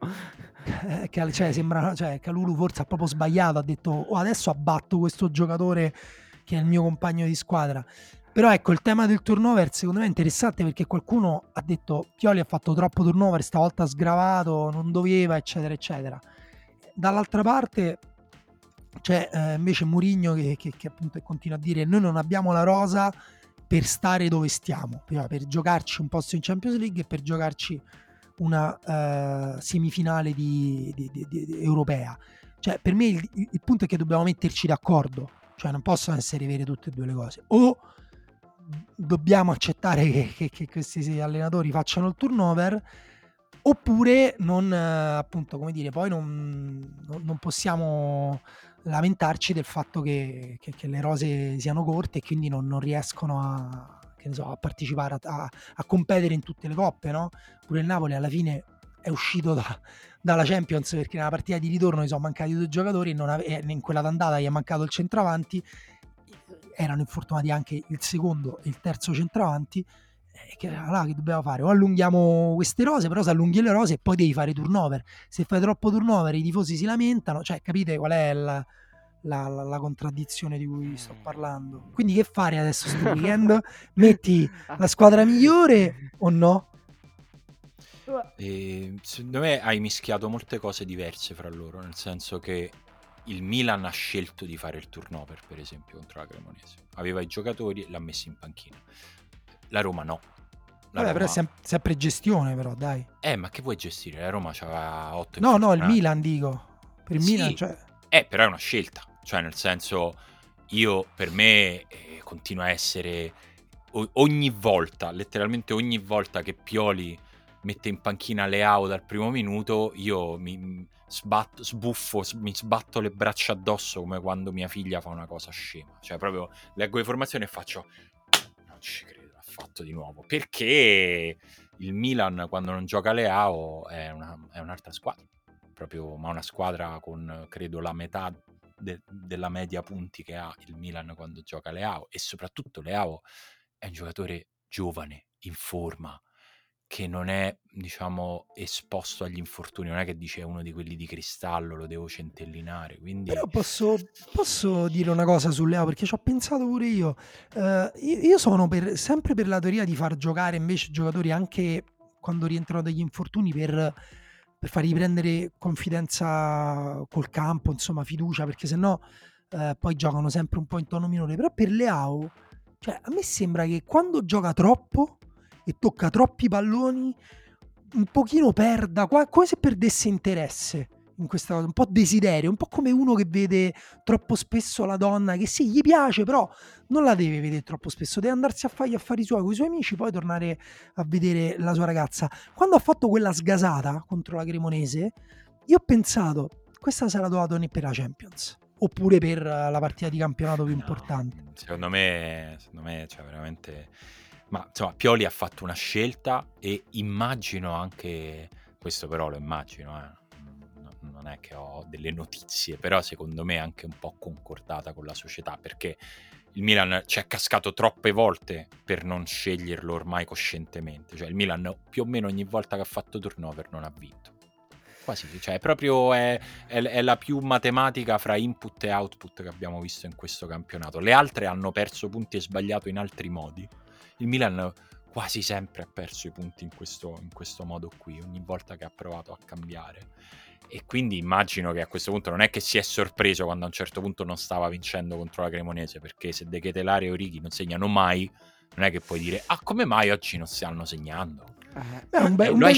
sembra, Kalulu forse ha proprio sbagliato, ha detto adesso abbatto questo giocatore che è il mio compagno di squadra. Però ecco, il tema del turnover secondo me è interessante, perché qualcuno ha detto Pioli ha fatto troppo turnover, stavolta ha sgravato, non doveva, eccetera eccetera. Dall'altra parte c'è invece Mourinho che appunto continua a dire noi non abbiamo la rosa per stare dove stiamo, per giocarci un posto in Champions League e per giocarci una semifinale di europea. Cioè, per me il punto è che dobbiamo metterci d'accordo, cioè non possono essere vere tutte e due le cose. O dobbiamo accettare che questi allenatori facciano il turnover, oppure non, appunto, come dire, poi non possiamo lamentarci del fatto che le rose siano corte e quindi non riescono a partecipare, a competere in tutte le coppe, no? Pure il Napoli alla fine è uscito dalla Champions perché nella partita di ritorno gli sono mancati 2 giocatori e in quella d'andata gli è mancato il centravanti, erano infortunati anche il secondo e il terzo centravanti. Che dobbiamo fare? O allunghiamo queste rose, però se allunghi le rose e poi devi fare turnover. Se fai troppo turnover i tifosi si lamentano, cioè capite qual è la contraddizione di cui sto parlando? Quindi che fare adesso sto weekend? Metti la squadra migliore o no? Secondo me hai mischiato molte cose diverse fra loro, nel senso che il Milan ha scelto di fare il turnover, per esempio, contro la Cremonese. Aveva i giocatori e l'ha messi in panchina. La Roma no. Vabbè, però è sempre gestione, però, dai. Ma che vuoi gestire? La Roma c'aveva 8 No, il Milan, dico. Per il Milan, cioè... però è una scelta. Cioè, nel senso, per me, continua a essere... ogni volta, letteralmente ogni volta che Pioli mette in panchina Leao dal primo minuto, io mi sbatto le braccia addosso come quando mia figlia fa una cosa scema. Cioè, proprio leggo le formazioni e faccio... Non ci credo. Fatto di nuovo, perché il Milan quando non gioca Leao è un'altra squadra, proprio, ma una squadra con credo la metà della media punti che ha il Milan quando gioca Leao, e soprattutto Leao è un giocatore giovane, in forma, che non è, diciamo, esposto agli infortuni, non è che dice uno di quelli di cristallo, lo devo centellinare, quindi... Però posso dire una cosa su Leao, perché ci ho pensato pure io. Io sono sempre per la teoria di far giocare invece giocatori anche quando rientrano dagli infortuni, per far riprendere confidenza col campo, insomma fiducia, perché sennò poi giocano sempre un po' in tono minore. Però per Leao, cioè, a me sembra che quando gioca troppo e tocca troppi palloni, un pochino perda, come se perdesse interesse in questa cosa, un po' desiderio, un po' come uno che vede troppo spesso la donna, che sì, gli piace, però non la deve vedere troppo spesso, deve andarsi a fare gli affari suoi con i suoi amici, poi tornare a vedere la sua ragazza. Quando ha fatto quella sgasata contro la Cremonese, io ho pensato, questa sarà la per la Champions, oppure per la partita di campionato più importante. Secondo me, cioè veramente... Ma insomma, Pioli ha fatto una scelta, e immagino anche, questo però lo immagino, non è che ho delle notizie, però secondo me è anche un po' concordata con la società, perché il Milan ci è cascato troppe volte per non sceglierlo ormai coscientemente. Cioè il Milan più o meno ogni volta che ha fatto turnover non ha vinto. Quasi, cioè proprio è la più matematica fra input e output che abbiamo visto in questo campionato. Le altre hanno perso punti e sbagliato in altri modi. Il Milan quasi sempre ha perso i punti in questo modo qui, ogni volta che ha provato a cambiare. E quindi immagino che a questo punto non è che si è sorpreso quando a un certo punto non stava vincendo contro la Cremonese, perché se De Ketelare e Origi non segnano mai, non è che puoi dire come mai oggi non stanno segnando. Un bel gol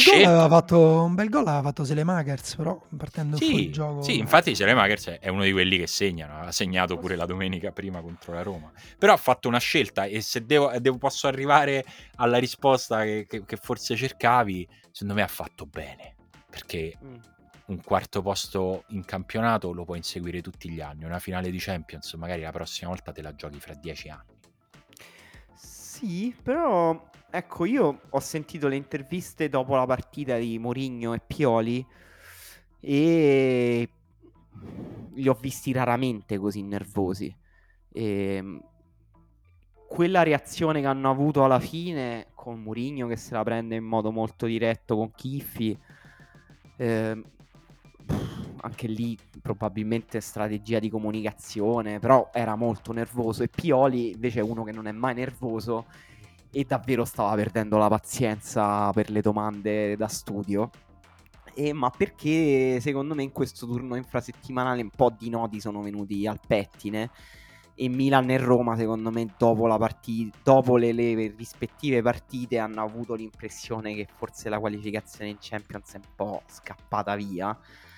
aveva fatto Selemakers, però partendo fuori gioco. Sì, infatti Selemakers è uno di quelli che segnano, ha segnato pure la domenica prima contro la Roma, però ha fatto una scelta, e se posso arrivare alla risposta che forse cercavi, secondo me ha fatto bene, perché un quarto posto in campionato lo puoi inseguire tutti gli anni, una finale di Champions magari la prossima volta te la giochi fra 10 anni. Sì, però ecco, io ho sentito le interviste dopo la partita di Mourinho e Pioli e li ho visti raramente così nervosi. Quella reazione che hanno avuto alla fine con Mourinho che se la prende in modo molto diretto con Chiffi, anche lì probabilmente strategia di comunicazione, però era molto nervoso, e Pioli invece è uno che non è mai nervoso e davvero stava perdendo la pazienza per le domande da studio. Ma perché secondo me in questo turno infrasettimanale un po' di nodi sono venuti al pettine, e Milan e Roma secondo me dopo le rispettive partite hanno avuto l'impressione che forse la qualificazione in Champions è un po' scappata via,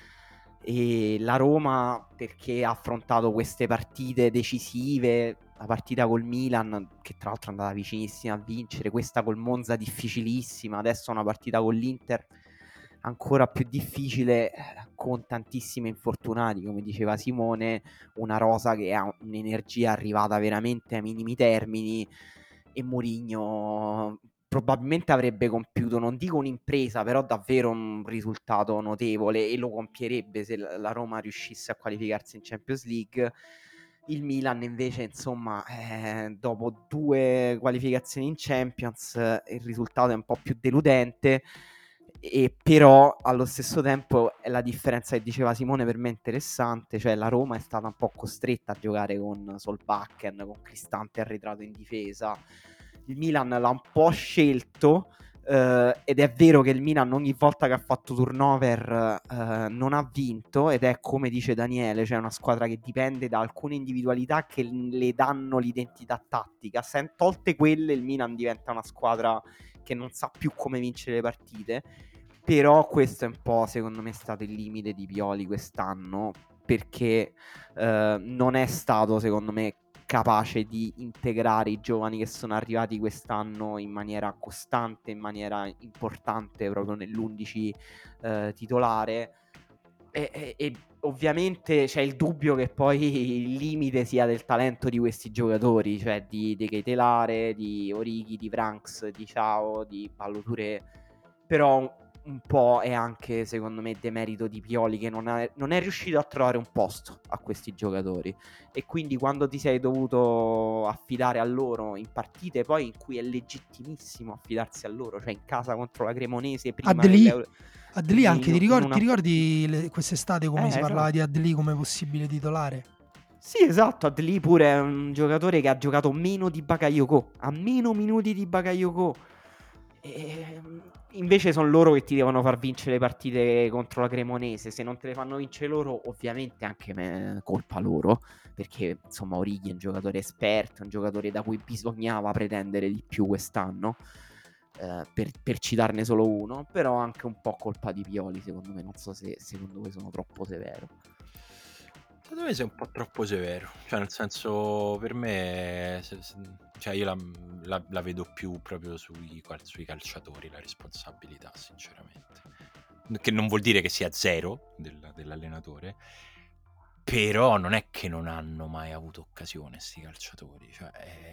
e la Roma perché ha affrontato queste partite decisive, la partita col Milan che tra l'altro è andata vicinissima a vincere, questa col Monza difficilissima, adesso una partita con l'Inter ancora più difficile, con tantissimi infortunati, come diceva Simone, una rosa che ha un'energia arrivata veramente ai minimi termini, e Mourinho probabilmente avrebbe compiuto, non dico un'impresa, però davvero un risultato notevole, e lo compierebbe se la Roma riuscisse a qualificarsi in Champions League. Il Milan invece, insomma, dopo 2 qualificazioni in Champions, il risultato è un po' più deludente, e però allo stesso tempo la differenza che diceva Simone per me è interessante, cioè la Roma è stata un po' costretta a giocare con Solbakken, con Cristante arretrato in difesa. Il Milan l'ha un po' scelto, ed è vero che il Milan ogni volta che ha fatto turnover non ha vinto, ed è come dice Daniele, cioè una squadra che dipende da alcune individualità che le danno l'identità tattica. Se tolte quelle, il Milan diventa una squadra che non sa più come vincere le partite. Però questo è un po', secondo me, stato il limite di Pioli quest'anno, perché non è stato, secondo me, capace di integrare i giovani che sono arrivati quest'anno in maniera costante, in maniera importante, proprio nell'11 titolare. E ovviamente c'è il dubbio che poi il limite sia del talento di questi giocatori, cioè di Keitelare, di Origi, di Franks, di Ciao, di Ballo Touré. Però un po' è anche, secondo me, demerito di Pioli, che non è riuscito a trovare un posto a questi giocatori, e quindi quando ti sei dovuto affidare a loro in partite poi in cui è legittimissimo affidarsi a loro, cioè in casa contro la Cremonese prima Adli anche, ti una... ricordi quest'estate come si parlava esatto. di Adli come possibile titolare? Sì, esatto, Adli pure è un giocatore che ha giocato meno di Bakayoko, ha meno minuti di Bakayoko. Invece sono loro che ti devono far vincere le partite contro la Cremonese. Se non te le fanno vincere loro, ovviamente anche colpa loro, perché insomma Origi è un giocatore esperto, un giocatore da cui bisognava pretendere di più quest'anno, per citarne solo uno. Però anche un po' colpa di Pioli, secondo me. Non so se secondo voi sono troppo severo. Secondo me sei un po' troppo severo, cioè nel senso, per me cioè io la vedo più proprio sui calciatori la responsabilità, sinceramente, che non vuol dire che sia zero dell'allenatore, però non è che non hanno mai avuto occasione sti calciatori, cioè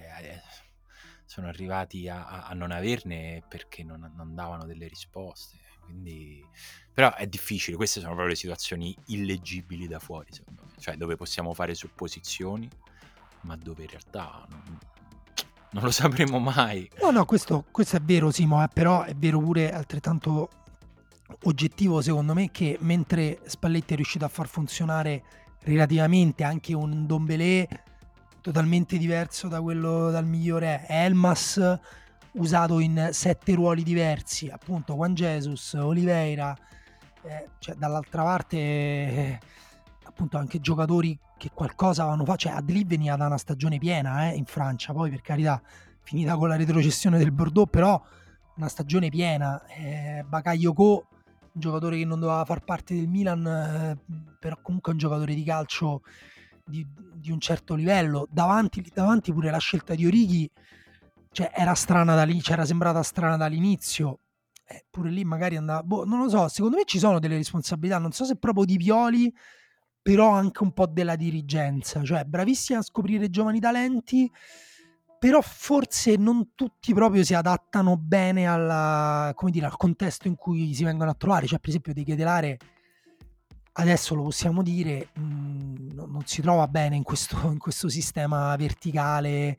sono arrivati a non averne perché non davano delle risposte, quindi... Però è difficile, queste sono proprio le situazioni illeggibili da fuori, secondo me, cioè dove possiamo fare supposizioni, ma dove in realtà non lo sapremo mai. No, questo è vero, Simo, però è vero pure altrettanto oggettivo, secondo me, che mentre Spalletti è riuscito a far funzionare relativamente anche un Ndombélé totalmente diverso da quello dal migliore Elmas, usato in 7 ruoli diversi, appunto Juan Jesus, Oliveira, cioè dall'altra parte appunto anche giocatori che qualcosa avevano fatto, cioè Adli veniva da una stagione piena in Francia, poi per carità finita con la retrocessione del Bordeaux, però una stagione piena. Bakayoko, un giocatore che non doveva far parte del Milan, però comunque è un giocatore di calcio di un certo livello. Davanti pure la scelta di Origi, cioè era strana da lì, c'era sembrata strana dall'inizio, pure lì magari andava, non lo so, secondo me ci sono delle responsabilità, non so se proprio di Pioli, però anche un po' della dirigenza, cioè bravissima a scoprire giovani talenti, però forse non tutti proprio si adattano bene al contesto in cui si vengono a trovare. Cioè per esempio De Ketelare adesso lo possiamo dire, non si trova bene in questo sistema verticale,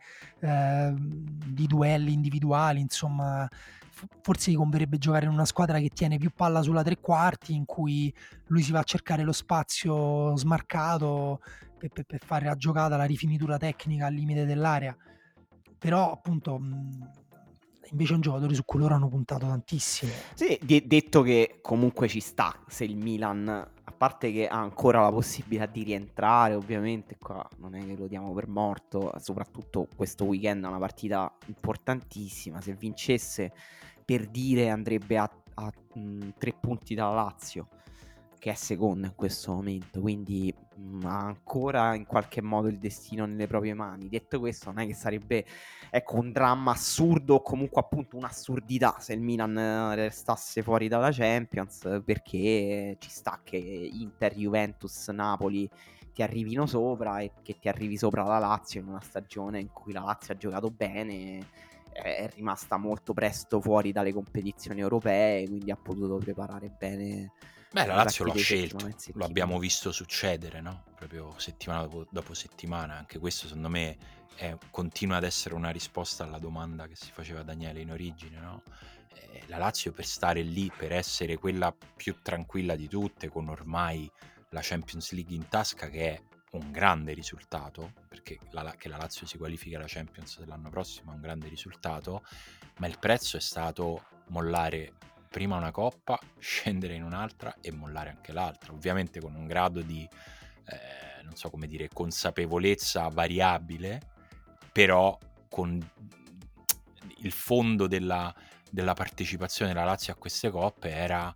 di duelli individuali, insomma. Forse gli converrebbe giocare in una squadra che tiene più palla sulla tre quarti, in cui lui si va a cercare lo spazio smarcato per fare la giocata, la rifinitura tecnica al limite dell'area. Però appunto invece è un giocatore su cui loro hanno puntato tantissimo. Sì, detto che comunque ci sta se il Milan, a parte che ha ancora la possibilità di rientrare, ovviamente qua non è che lo diamo per morto, soprattutto questo weekend è una partita importantissima, se vincesse per dire andrebbe a 3 punti dalla Lazio, che è seconda in questo momento, quindi ha ancora in qualche modo il destino nelle proprie mani. Detto questo, non è che sarebbe, ecco, un dramma assurdo o comunque appunto un'assurdità se il Milan restasse fuori dalla Champions, perché ci sta che Inter, Juventus, Napoli ti arrivino sopra e che ti arrivi sopra la Lazio in una stagione in cui la Lazio ha giocato bene, è rimasta molto presto fuori dalle competizioni europee, quindi ha potuto preparare bene. Beh, la Lazio l'ha partite di scelto, settimana in lo settimana. abbiamo visto succedere, no? Proprio settimana dopo settimana. Anche questo, secondo me, continua ad essere una risposta alla domanda che si faceva Daniele in origine, no? La Lazio, per stare lì, per essere quella più tranquilla di tutte, con ormai la Champions League in tasca, che è un grande risultato, perché che la Lazio si qualifica alla Champions dell'anno prossimo è un grande risultato, ma il prezzo è stato mollare prima una coppa, scendere in un'altra e mollare anche l'altra, ovviamente con un grado di non so come dire, consapevolezza variabile, però con il fondo della partecipazione della Lazio a queste coppe era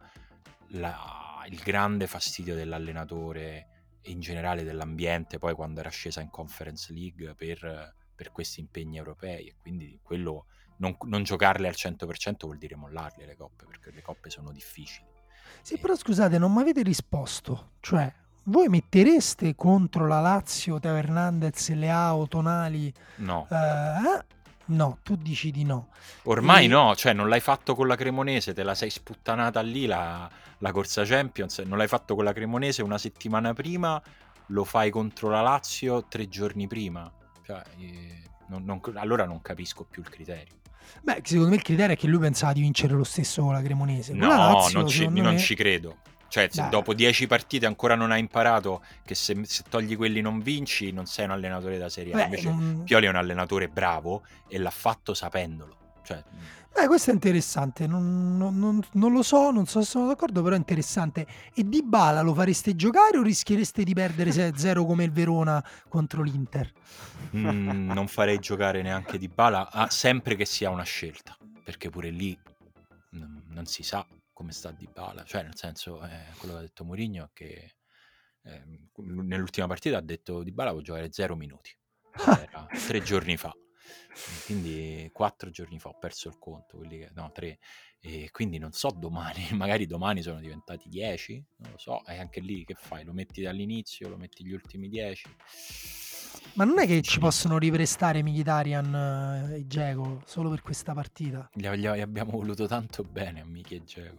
il grande fastidio dell'allenatore e in generale dell'ambiente, poi quando era scesa in Conference League per questi impegni europei, e quindi quello non giocarle al 100% vuol dire mollarle le coppe, perché le coppe sono difficili. Sì, però scusate, non mi avete risposto. Cioè, voi mettereste contro la Lazio Teo Hernandez, Leao, Tonali? No. No, tu dici di no. Ormai no, cioè non l'hai fatto con la Cremonese, te la sei sputtanata lì la corsa Champions, non l'hai fatto con la Cremonese una settimana prima, lo fai contro la Lazio 3 giorni prima. Cioè, allora non capisco più il criterio. Beh, secondo me il criterio è che lui pensava di vincere lo stesso con la Cremonese. Con la No, Lazio, non ci credo. Cioè, se Beh. dopo 10 partite ancora non hai imparato che se togli quelli non vinci, non sei un allenatore da Serie A. Invece Pioli è un allenatore bravo e l'ha fatto sapendolo. Cioè, questo è interessante, non lo so, non so se sono d'accordo, però è interessante. E Dybala lo fareste giocare o rischiereste di perdere 6-0 come il Verona contro l'Inter? Non farei giocare neanche Dybala, sempre che sia una scelta, perché pure lì non si sa come sta Dybala. Cioè, nel senso, quello che ha detto Mourinho è che nell'ultima partita ha detto Dybala può giocare 0 minuti. Era 3 giorni fa. Quindi 4 giorni fa ho perso il conto, 3, e quindi non so domani, magari domani sono diventati 10, non lo so, e anche lì che fai? Lo metti dall'inizio, lo metti gli ultimi 10? Ma non è che ci possono riprestare Mkhitaryan e Dzeko solo per questa partita? Gli abbiamo voluto tanto bene a Miki e Dzeko.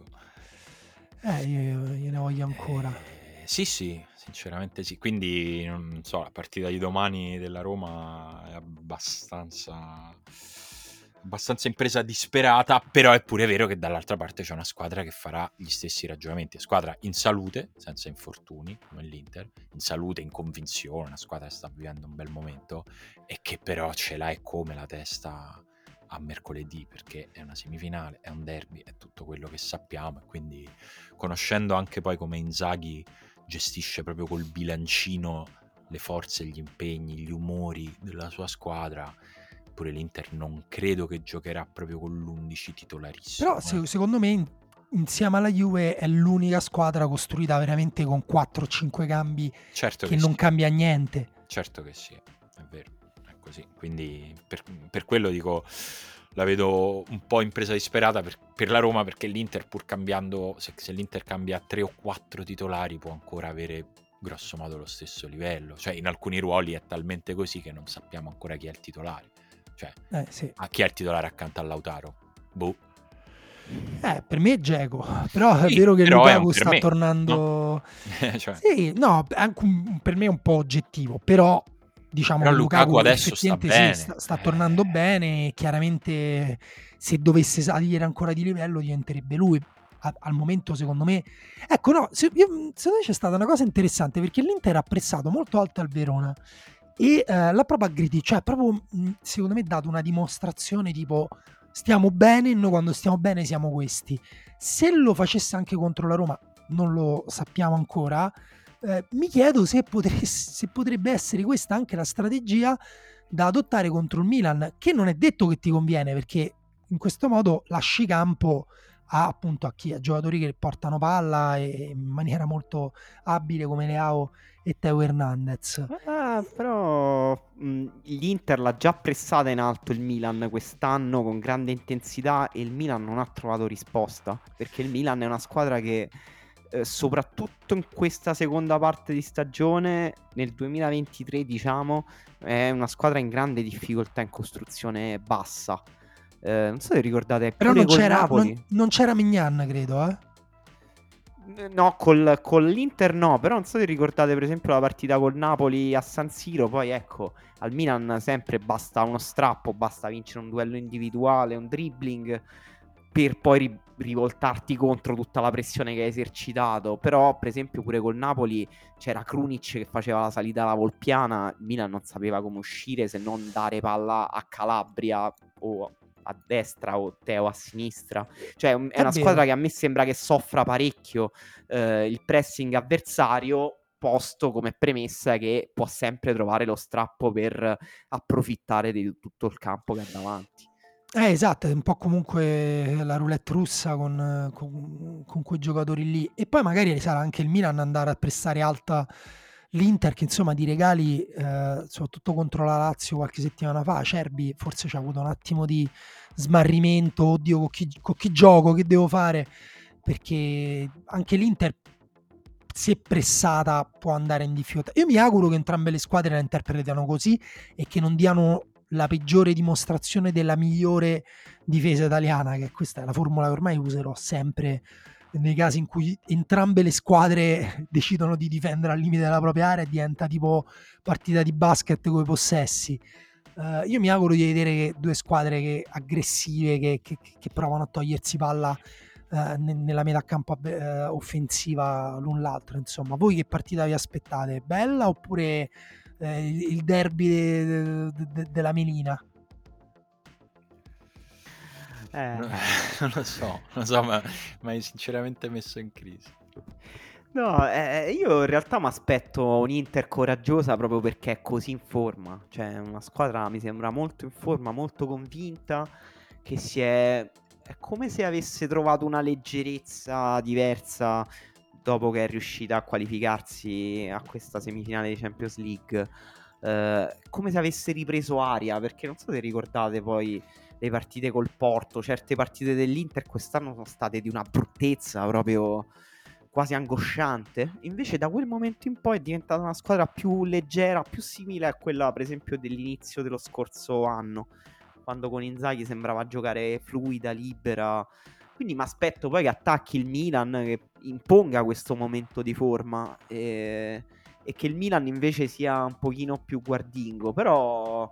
Io gliene voglio ancora. Sì, sinceramente sì. Quindi non so, la partita di domani della Roma è abbastanza impresa disperata, però è pure vero che dall'altra parte c'è una squadra che farà gli stessi ragionamenti, squadra in salute, senza infortuni come l'Inter, in salute, in convinzione, una squadra che sta vivendo un bel momento e che però ce l'ha e come la testa a mercoledì, perché è una semifinale, è un derby, è tutto quello che sappiamo, e quindi conoscendo anche poi come Inzaghi gestisce proprio col bilancino le forze, gli impegni, gli umori della sua squadra, pure l'Inter non credo che giocherà proprio con l'11 titolarissimo. Però secondo me insieme alla Juve è l'unica squadra costruita veramente con 4-5 cambi, certo che non cambia niente. Certo che sì, è vero, è così. Quindi per quello dico, la vedo un po' impresa disperata per la Roma, perché l'Inter, pur cambiando, se l'Inter cambia 3 o 4 titolari, può ancora avere grosso modo lo stesso livello. Cioè, in alcuni ruoli è talmente così che non sappiamo ancora chi è il titolare. Cioè, Sì. a chi è il titolare accanto a Lautaro? Boh. Per me è Dzeko, però è Sì, vero che però è un Lukaku per sta me, no? tornando. Cioè, Sì, no, anche per me è un po' oggettivo, però diciamo però che Lukaku Lukaku adesso sta effettivamente sì, bene. sta tornando bene. Chiaramente, se dovesse salire ancora di livello, diventerebbe lui. Al momento, secondo me, ecco, no, secondo me c'è stata una cosa interessante perché l'Inter ha pressato molto alto al Verona e l'ha proprio aggredito, cioè proprio secondo me ha dato una dimostrazione tipo stiamo bene, noi quando stiamo bene siamo questi. Se lo facesse anche contro la Roma, non lo sappiamo ancora, mi chiedo se potrebbe essere questa anche la strategia da adottare contro il Milan, che non è detto che ti conviene, perché in questo modo lasci campo appunto a giocatori che portano palla e in maniera molto abile come Leao e Teo Hernandez. Però l'Inter l'ha già pressata in alto il Milan quest'anno con grande intensità e il Milan non ha trovato risposta, perché il Milan è una squadra che soprattutto in questa seconda parte di stagione, nel 2023 diciamo, è una squadra in grande difficoltà in costruzione bassa. Non so se ricordate Però pure col Napoli. non c'era Mignan, credo, eh. No, con l'Inter no, però non so se ricordate per esempio la partita col Napoli a San Siro, poi ecco, al Milan sempre basta uno strappo, basta vincere un duello individuale, un dribbling, per poi rivoltarti contro tutta la pressione che hai esercitato. Però per esempio pure col Napoli c'era Krunic che faceva la salita alla Volpiana, il Milan non sapeva come uscire se non dare palla a Calabria o a destra o Teo a sinistra. Cioè è È una squadra vero. che a me sembra che soffra parecchio il pressing avversario, posto come premessa che può sempre trovare lo strappo per approfittare di tutto il campo che ha davanti. Esatto, è un po' comunque la roulette russa con quei giocatori lì. E poi magari sarà anche il Milan andare a pressare alta l'Inter, che insomma di regali, soprattutto contro la Lazio qualche settimana fa, Acerbi forse ci ha avuto un attimo di smarrimento, oddio con chi gioco, che devo fare, perché anche l'Inter, se pressata, può andare in difficoltà. Io mi auguro che entrambe le squadre la interpretino così e che non diano la peggiore dimostrazione della migliore difesa italiana, che questa è la formula che ormai userò sempre nei casi in cui entrambe le squadre decidono di difendere al limite della propria area e diventa tipo partita di basket con i possessi. Io mi auguro di vedere due squadre aggressive che provano a togliersi palla nella metà campo offensiva l'un l'altro. Insomma, voi che partita vi aspettate? Bella oppure il derby della Melina? Non lo so, ma mi hai sinceramente messo in crisi. No, io in realtà mi aspetto un'Inter coraggiosa proprio perché è così in forma. Cioè, una squadra mi sembra molto in forma, molto convinta, che è come se avesse trovato una leggerezza diversa dopo che è riuscita a qualificarsi a questa semifinale di Champions League. Come se avesse ripreso aria, perché non so se ricordate poi le partite col Porto, certe partite dell'Inter quest'anno sono state di una bruttezza proprio quasi angosciante. Invece da quel momento in poi è diventata una squadra più leggera, più simile a quella per esempio dell'inizio dello scorso anno, quando con Inzaghi sembrava giocare fluida, libera. Quindi mi aspetto poi che attacchi il Milan, che imponga questo momento di forma e che il Milan invece sia un pochino più guardingo. Però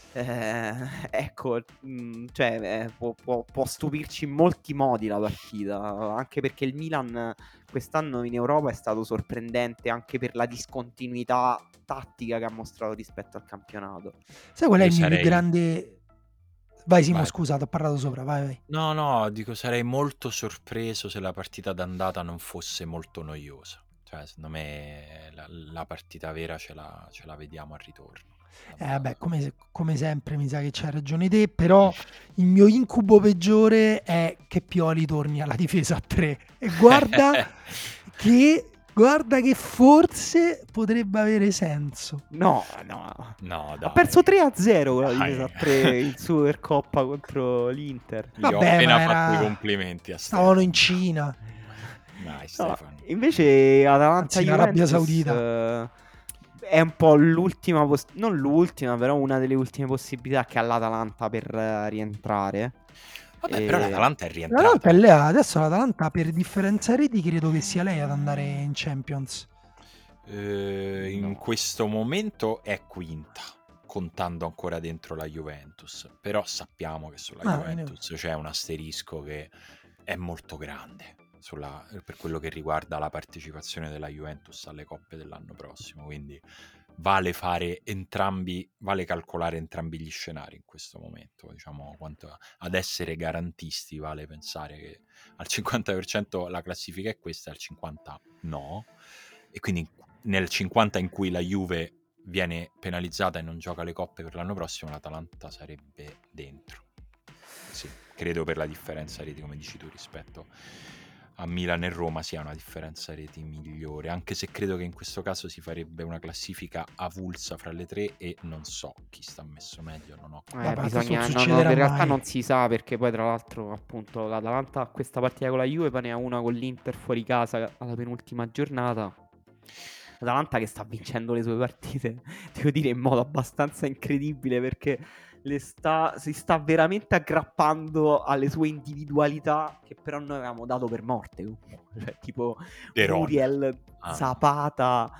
ecco, cioè, può stupirci in molti modi la partita, anche perché il Milan quest'anno in Europa è stato sorprendente anche per la discontinuità tattica che ha mostrato rispetto al campionato. Sai qual è Io il mio più sarei... grande... Vai Simo, Vai. scusa, ti ho parlato sopra, vai. No, dico, sarei molto sorpreso se la partita d'andata non fosse molto noiosa. Cioè, secondo me la partita vera ce la vediamo al ritorno. Vabbè, come sempre mi sa che c'hai ragione te, però il mio incubo peggiore è che Pioli torni alla difesa a 3 e guarda che forse potrebbe avere senso. No, No, ha perso dai. 3-0 con la Dai. difesa a 3 in Supercoppa contro l'Inter. Gli ho Vabbè, appena ma fatto i complimenti a stavano in Stefano. Cina, No, Dai, Stefano. invece anzi in Arabia Atalanta-Juventus Saudita. è un po' l'ultima, non l'ultima, però una delle ultime possibilità che ha l'Atalanta per rientrare. Vabbè, però l'Atalanta è L'Atalanta rientrata. è lei, adesso l'Atalanta per differenza reti credo che sia lei ad andare in Champions. In questo momento è quinta, contando ancora dentro la Juventus, però sappiamo che sulla Juventus c'è un asterisco che è molto grande per quello che riguarda la partecipazione della Juventus alle coppe dell'anno prossimo, quindi vale calcolare entrambi gli scenari in questo momento, diciamo, quanto ad essere garantisti vale pensare che al 50% la classifica è questa, al 50% no, e quindi nel 50% in cui la Juve viene penalizzata e non gioca le coppe per l'anno prossimo, l'Atalanta sarebbe dentro. Sì, credo per la differenza reti, come dici tu, rispetto a Milan e Roma sia una differenza reti migliore, anche se credo che in questo caso si farebbe una classifica avulsa fra le tre e non so chi sta messo meglio, non ho bisogna, in realtà non si sa, perché poi tra l'altro appunto l'Atalanta questa partita con la Juve poi ne ha una con l'Inter fuori casa alla penultima giornata. L'Atalanta che sta vincendo le sue partite, devo dire, in modo abbastanza incredibile, perché si sta veramente aggrappando alle sue individualità che però noi avevamo dato per morte comunque. Cioè, tipo Muriel, Zapata,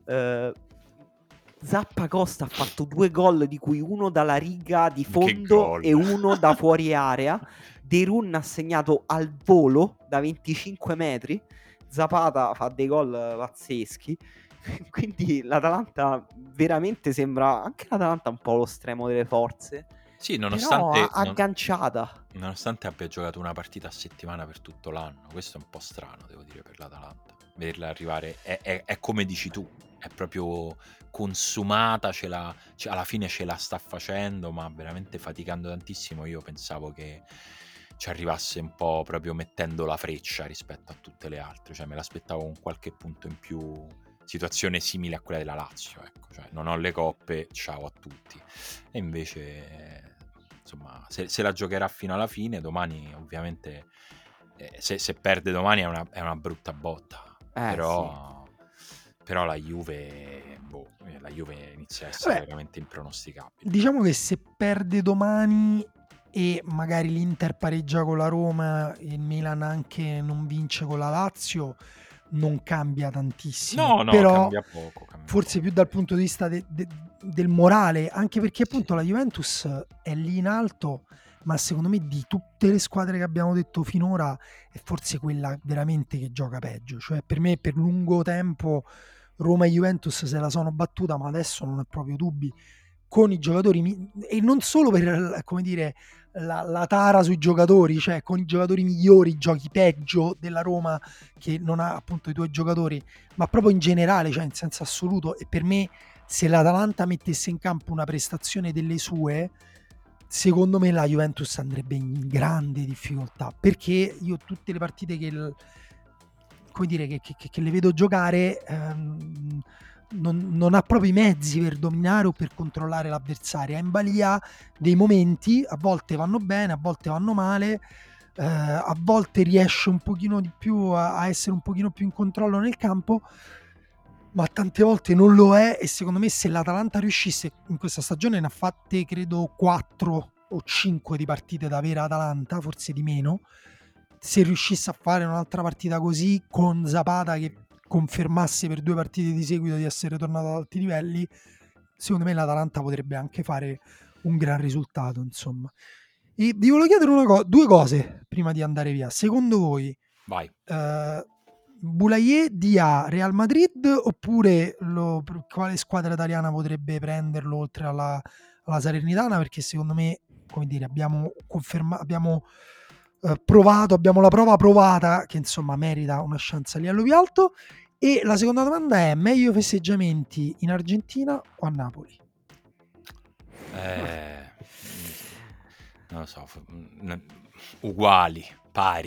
Zappacosta ha fatto 2 gol, di cui uno dalla riga di fondo e uno da fuori area. De Run ha segnato al volo da 25 metri. Zapata fa dei gol pazzeschi. Quindi l'Atalanta veramente sembra, anche l'Atalanta un po' lo stremo delle forze. Sì, nonostante agganciata. Nonostante abbia giocato una partita a settimana per tutto l'anno. Questo è un po' strano, devo dire, per l'Atalanta. Vederla arrivare è come dici tu, è proprio consumata, alla fine ce la sta facendo, ma veramente faticando tantissimo. Io pensavo che ci arrivasse un po' proprio mettendo la freccia rispetto a tutte le altre, cioè me l'aspettavo con qualche punto in più, situazione simile a quella della Lazio, ecco, cioè non ho le coppe, ciao a tutti. E invece insomma se la giocherà fino alla fine. Domani ovviamente se perde domani è una brutta botta, però la Juve inizia a essere veramente impronosticabile. Diciamo che se perde domani e magari l'Inter pareggia con la Roma e il Milan anche non vince con la Lazio, non cambia tantissimo. No, però cambia poco. Forse più dal punto di vista del morale, anche perché appunto la Juventus è lì in alto, ma secondo me di tutte le squadre che abbiamo detto finora è forse quella veramente che gioca peggio. Cioè per me per lungo tempo Roma e Juventus se la sono battuta, ma adesso non è proprio dubbi, con i giocatori, e non solo per, come dire, la tara sui giocatori, cioè con i giocatori migliori giochi peggio della Roma che non ha appunto i tuoi giocatori, ma proprio in generale, cioè in senso assoluto. E per me se l'Atalanta mettesse in campo una prestazione delle sue, secondo me la Juventus andrebbe in grande difficoltà, perché io tutte le partite che le vedo giocare non ha proprio i mezzi per dominare o per controllare l'avversario, è in balia dei momenti, a volte vanno bene, a volte vanno male, a volte riesce un pochino di più a essere un pochino più in controllo nel campo, ma tante volte non lo è. E secondo me se l'Atalanta riuscisse, in questa stagione ne ha fatte credo 4 o 5 di partite da vera Atalanta, forse di meno, se riuscisse a fare un'altra partita così con Zapata che confermasse per 2 partite di seguito di essere tornato ad alti livelli, secondo me l'Atalanta potrebbe anche fare un gran risultato, insomma. E vi volevo chiedere 2 cose prima di andare via. Secondo voi vai, Boulaye dia Real Madrid, oppure quale squadra italiana potrebbe prenderlo oltre alla Salernitana? Perché secondo me, come dire, abbiamo provato, abbiamo la prova provata che insomma merita una chance a livello più alto. E la seconda domanda è: meglio festeggiamenti in Argentina o a Napoli? Non lo so, uguali, pari.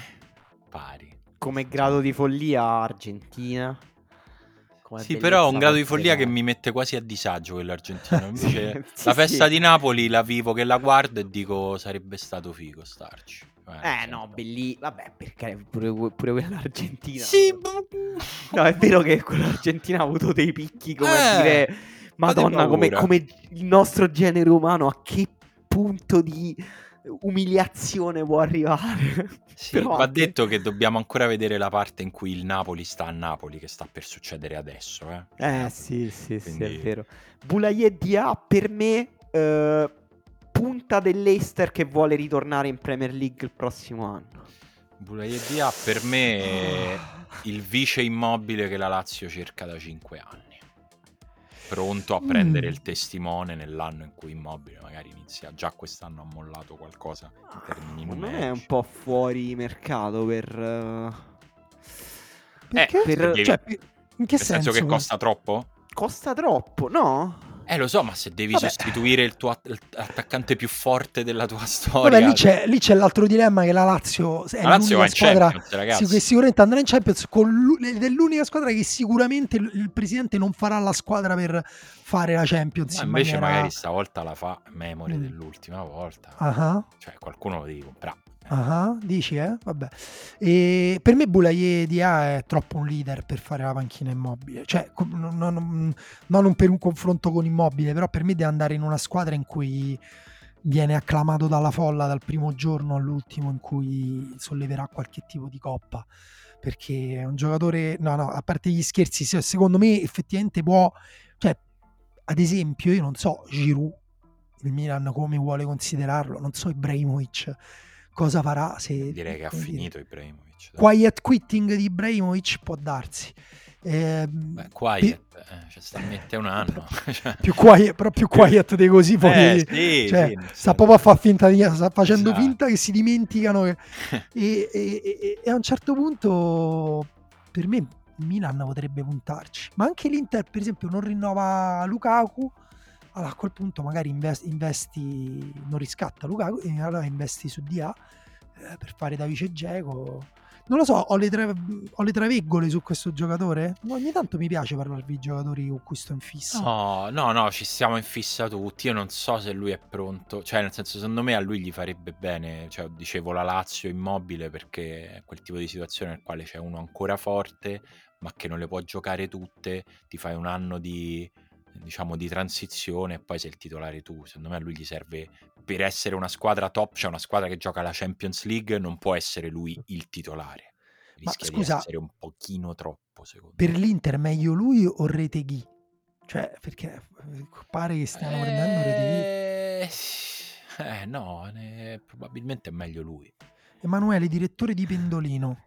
Come grado di follia Argentina. Sì, però un grado di follia che mi mette quasi a disagio quell'argentino. Invece la festa di Napoli la vivo che la guardo e dico sarebbe stato figo starci. No, bellissimo. Vabbè, perché pure quella argentina. Sì, no, è vero che quella argentina ha avuto dei picchi, come dire, Madonna, come il nostro genere umano a che punto di umiliazione può arrivare. Sì, Però va anche- detto che dobbiamo ancora vedere la parte in cui il Napoli sta a Napoli, che sta per succedere adesso, sì, è quindi vero. Boulaye Dia per me punta dell'Eister che vuole ritornare in Premier League il prossimo anno. Boulaye Dia per me è il vice Immobile che la Lazio cerca da 5 anni. Pronto a prendere il testimone nell'anno in cui Immobile magari inizia. Già quest'anno ha mollato qualcosa in termini Non è un numerici. po' fuori mercato per... Perché? per- devi- Cioè, in che Nel senso che senso? costa troppo? Costa troppo, no? Lo so, ma se devi Vabbè. sostituire il tuo attaccante più forte della tua Vabbè, storia... lì c'è l'altro dilemma che la Lazio è La Lazio l'unica va in squadra Champions, ragazzi. che sicuramente andrà in Champions ed è l'unica squadra che sicuramente il presidente non farà la squadra per fare la Champions Ma in invece maniera... magari stavolta la fa memoria dell'ultima volta. Ah, Cioè, qualcuno lo devi comprare. dici, vabbè. E per me Boulaye Dia è troppo un leader per fare la panchina Immobile. Cioè, non per un confronto con Immobile, però per me deve andare in una squadra in cui viene acclamato dalla folla dal primo giorno all'ultimo in cui solleverà qualche tipo di coppa. Perché è un giocatore... No, a parte gli scherzi, secondo me effettivamente può... Cioè, ad esempio, io non so Giroud, il Milan come vuole considerarlo, non so Ibrahimovic cosa farà, se Direi che ha finito Ibrahimovic. quiet quitting di Ibrahimovic può darsi. Quiet, cioè sta a mettere un anno. Più quiet, però più quiet di così poi sì, cioè, sì, sta proprio a far finta sta facendo Esatto. finta che si dimenticano e a un certo punto per me Milan potrebbe puntarci, ma anche l'Inter per esempio non rinnova Lukaku. Allora a quel punto magari investi, non riscatta Lukaku e allora investi su Dia per fare da vice Dzeko. Non lo so, ho le traveggole su questo giocatore. Ogni tanto mi piace parlarvi di giocatori con cui sto in fissa. No, ci stiamo in fissa tutti. Io non so se lui è pronto. Cioè, nel senso, secondo me a lui gli farebbe bene. Cioè, dicevo la Lazio Immobile perché è quel tipo di situazione nel quale c'è uno ancora forte, ma che non le può giocare tutte. Ti fai un anno di, diciamo, di transizione e poi sei il titolare tu. Secondo me a lui gli serve per essere una squadra top, cioè una squadra che gioca la Champions League, non può essere lui il titolare. Rischia scusa, di essere un pochino troppo, secondo per me. l'Inter meglio lui o Retegui? Cioè, perché pare che stiano prendendo Retegui. No, probabilmente è meglio lui. Emanuele, direttore di Pendolino.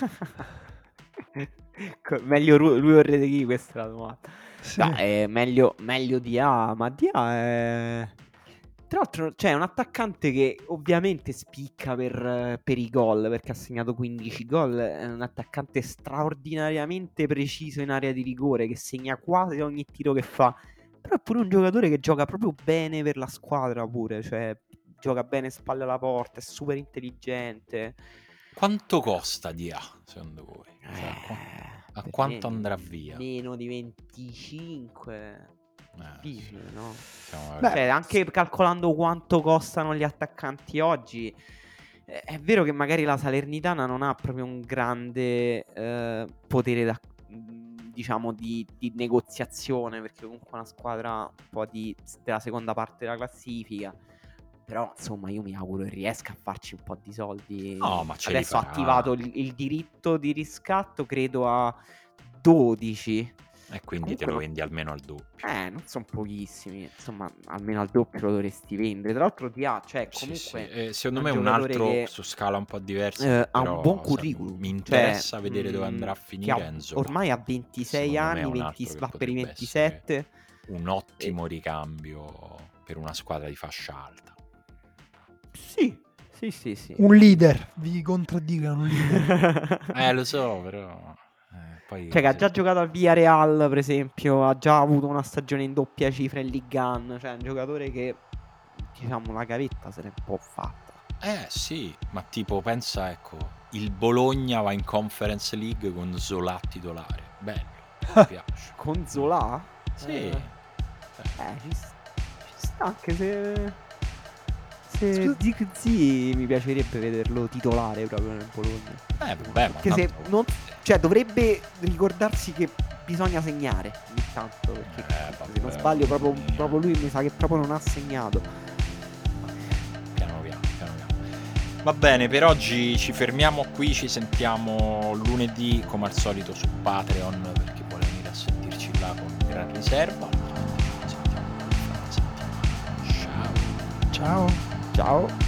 Meglio lui o Retegui, questa è la domanda. Sì. No, è meglio Dia, ma Dia è... Tra l'altro c'è un attaccante che ovviamente spicca per i gol, perché ha segnato 15 gol, è un attaccante straordinariamente preciso in area di rigore, che segna quasi ogni tiro che fa, però è pure un giocatore che gioca proprio bene per la squadra pure, cioè gioca bene spalle alla porta, è super intelligente. Quanto costa Dia, secondo voi? A Per quanto me andrà via? Meno di 25... difficile, no? Beh, anche calcolando quanto costano gli attaccanti oggi, è vero che magari la Salernitana non ha proprio un grande potere diciamo di negoziazione, perché comunque è una squadra un po' della seconda parte della classifica. Però insomma io mi auguro che riesca a farci un po' di soldi. No, ma adesso ha attivato il diritto di riscatto, credo a 12. E quindi te lo vendi almeno al doppio. Non sono pochissimi. Insomma, almeno al doppio lo dovresti vendere. Tra l'altro comunque sì. Secondo me un altro che, su scala un po' diversa, ha un buon curriculum. Mi interessa vedere dove andrà a finire Enzo. Ormai ha 26 anni, va per i 27. Un ottimo ricambio per una squadra di fascia alta. Sì. Un leader, vi contraddico, è un leader. Lo so, però... Poi cioè che ha già giocato al Villarreal, per esempio, ha già avuto una stagione in doppia cifra in Ligue 1, cioè è un giocatore che, diciamo, la gavetta se l'è un po' fatta. Sì, ma tipo pensa, ecco, il Bologna va in Conference League con Zola titolare. Bello, mi piace. Con Zola? Sì. Ci sta, anche se Zirkzee mi piacerebbe vederlo titolare proprio nel Bologna. Vabbè, ma che se non, cioè dovrebbe ricordarsi che bisogna segnare ogni tanto, perché se non sbaglio proprio lui mi sa che proprio non ha segnato. Piano piano. Va bene, per oggi ci fermiamo qui, ci sentiamo lunedì come al solito su Patreon per chi vuole venire a sentirci là con gran riserva. Ci sentiamo fra una settimana. Ciao. Ciao. Ciao.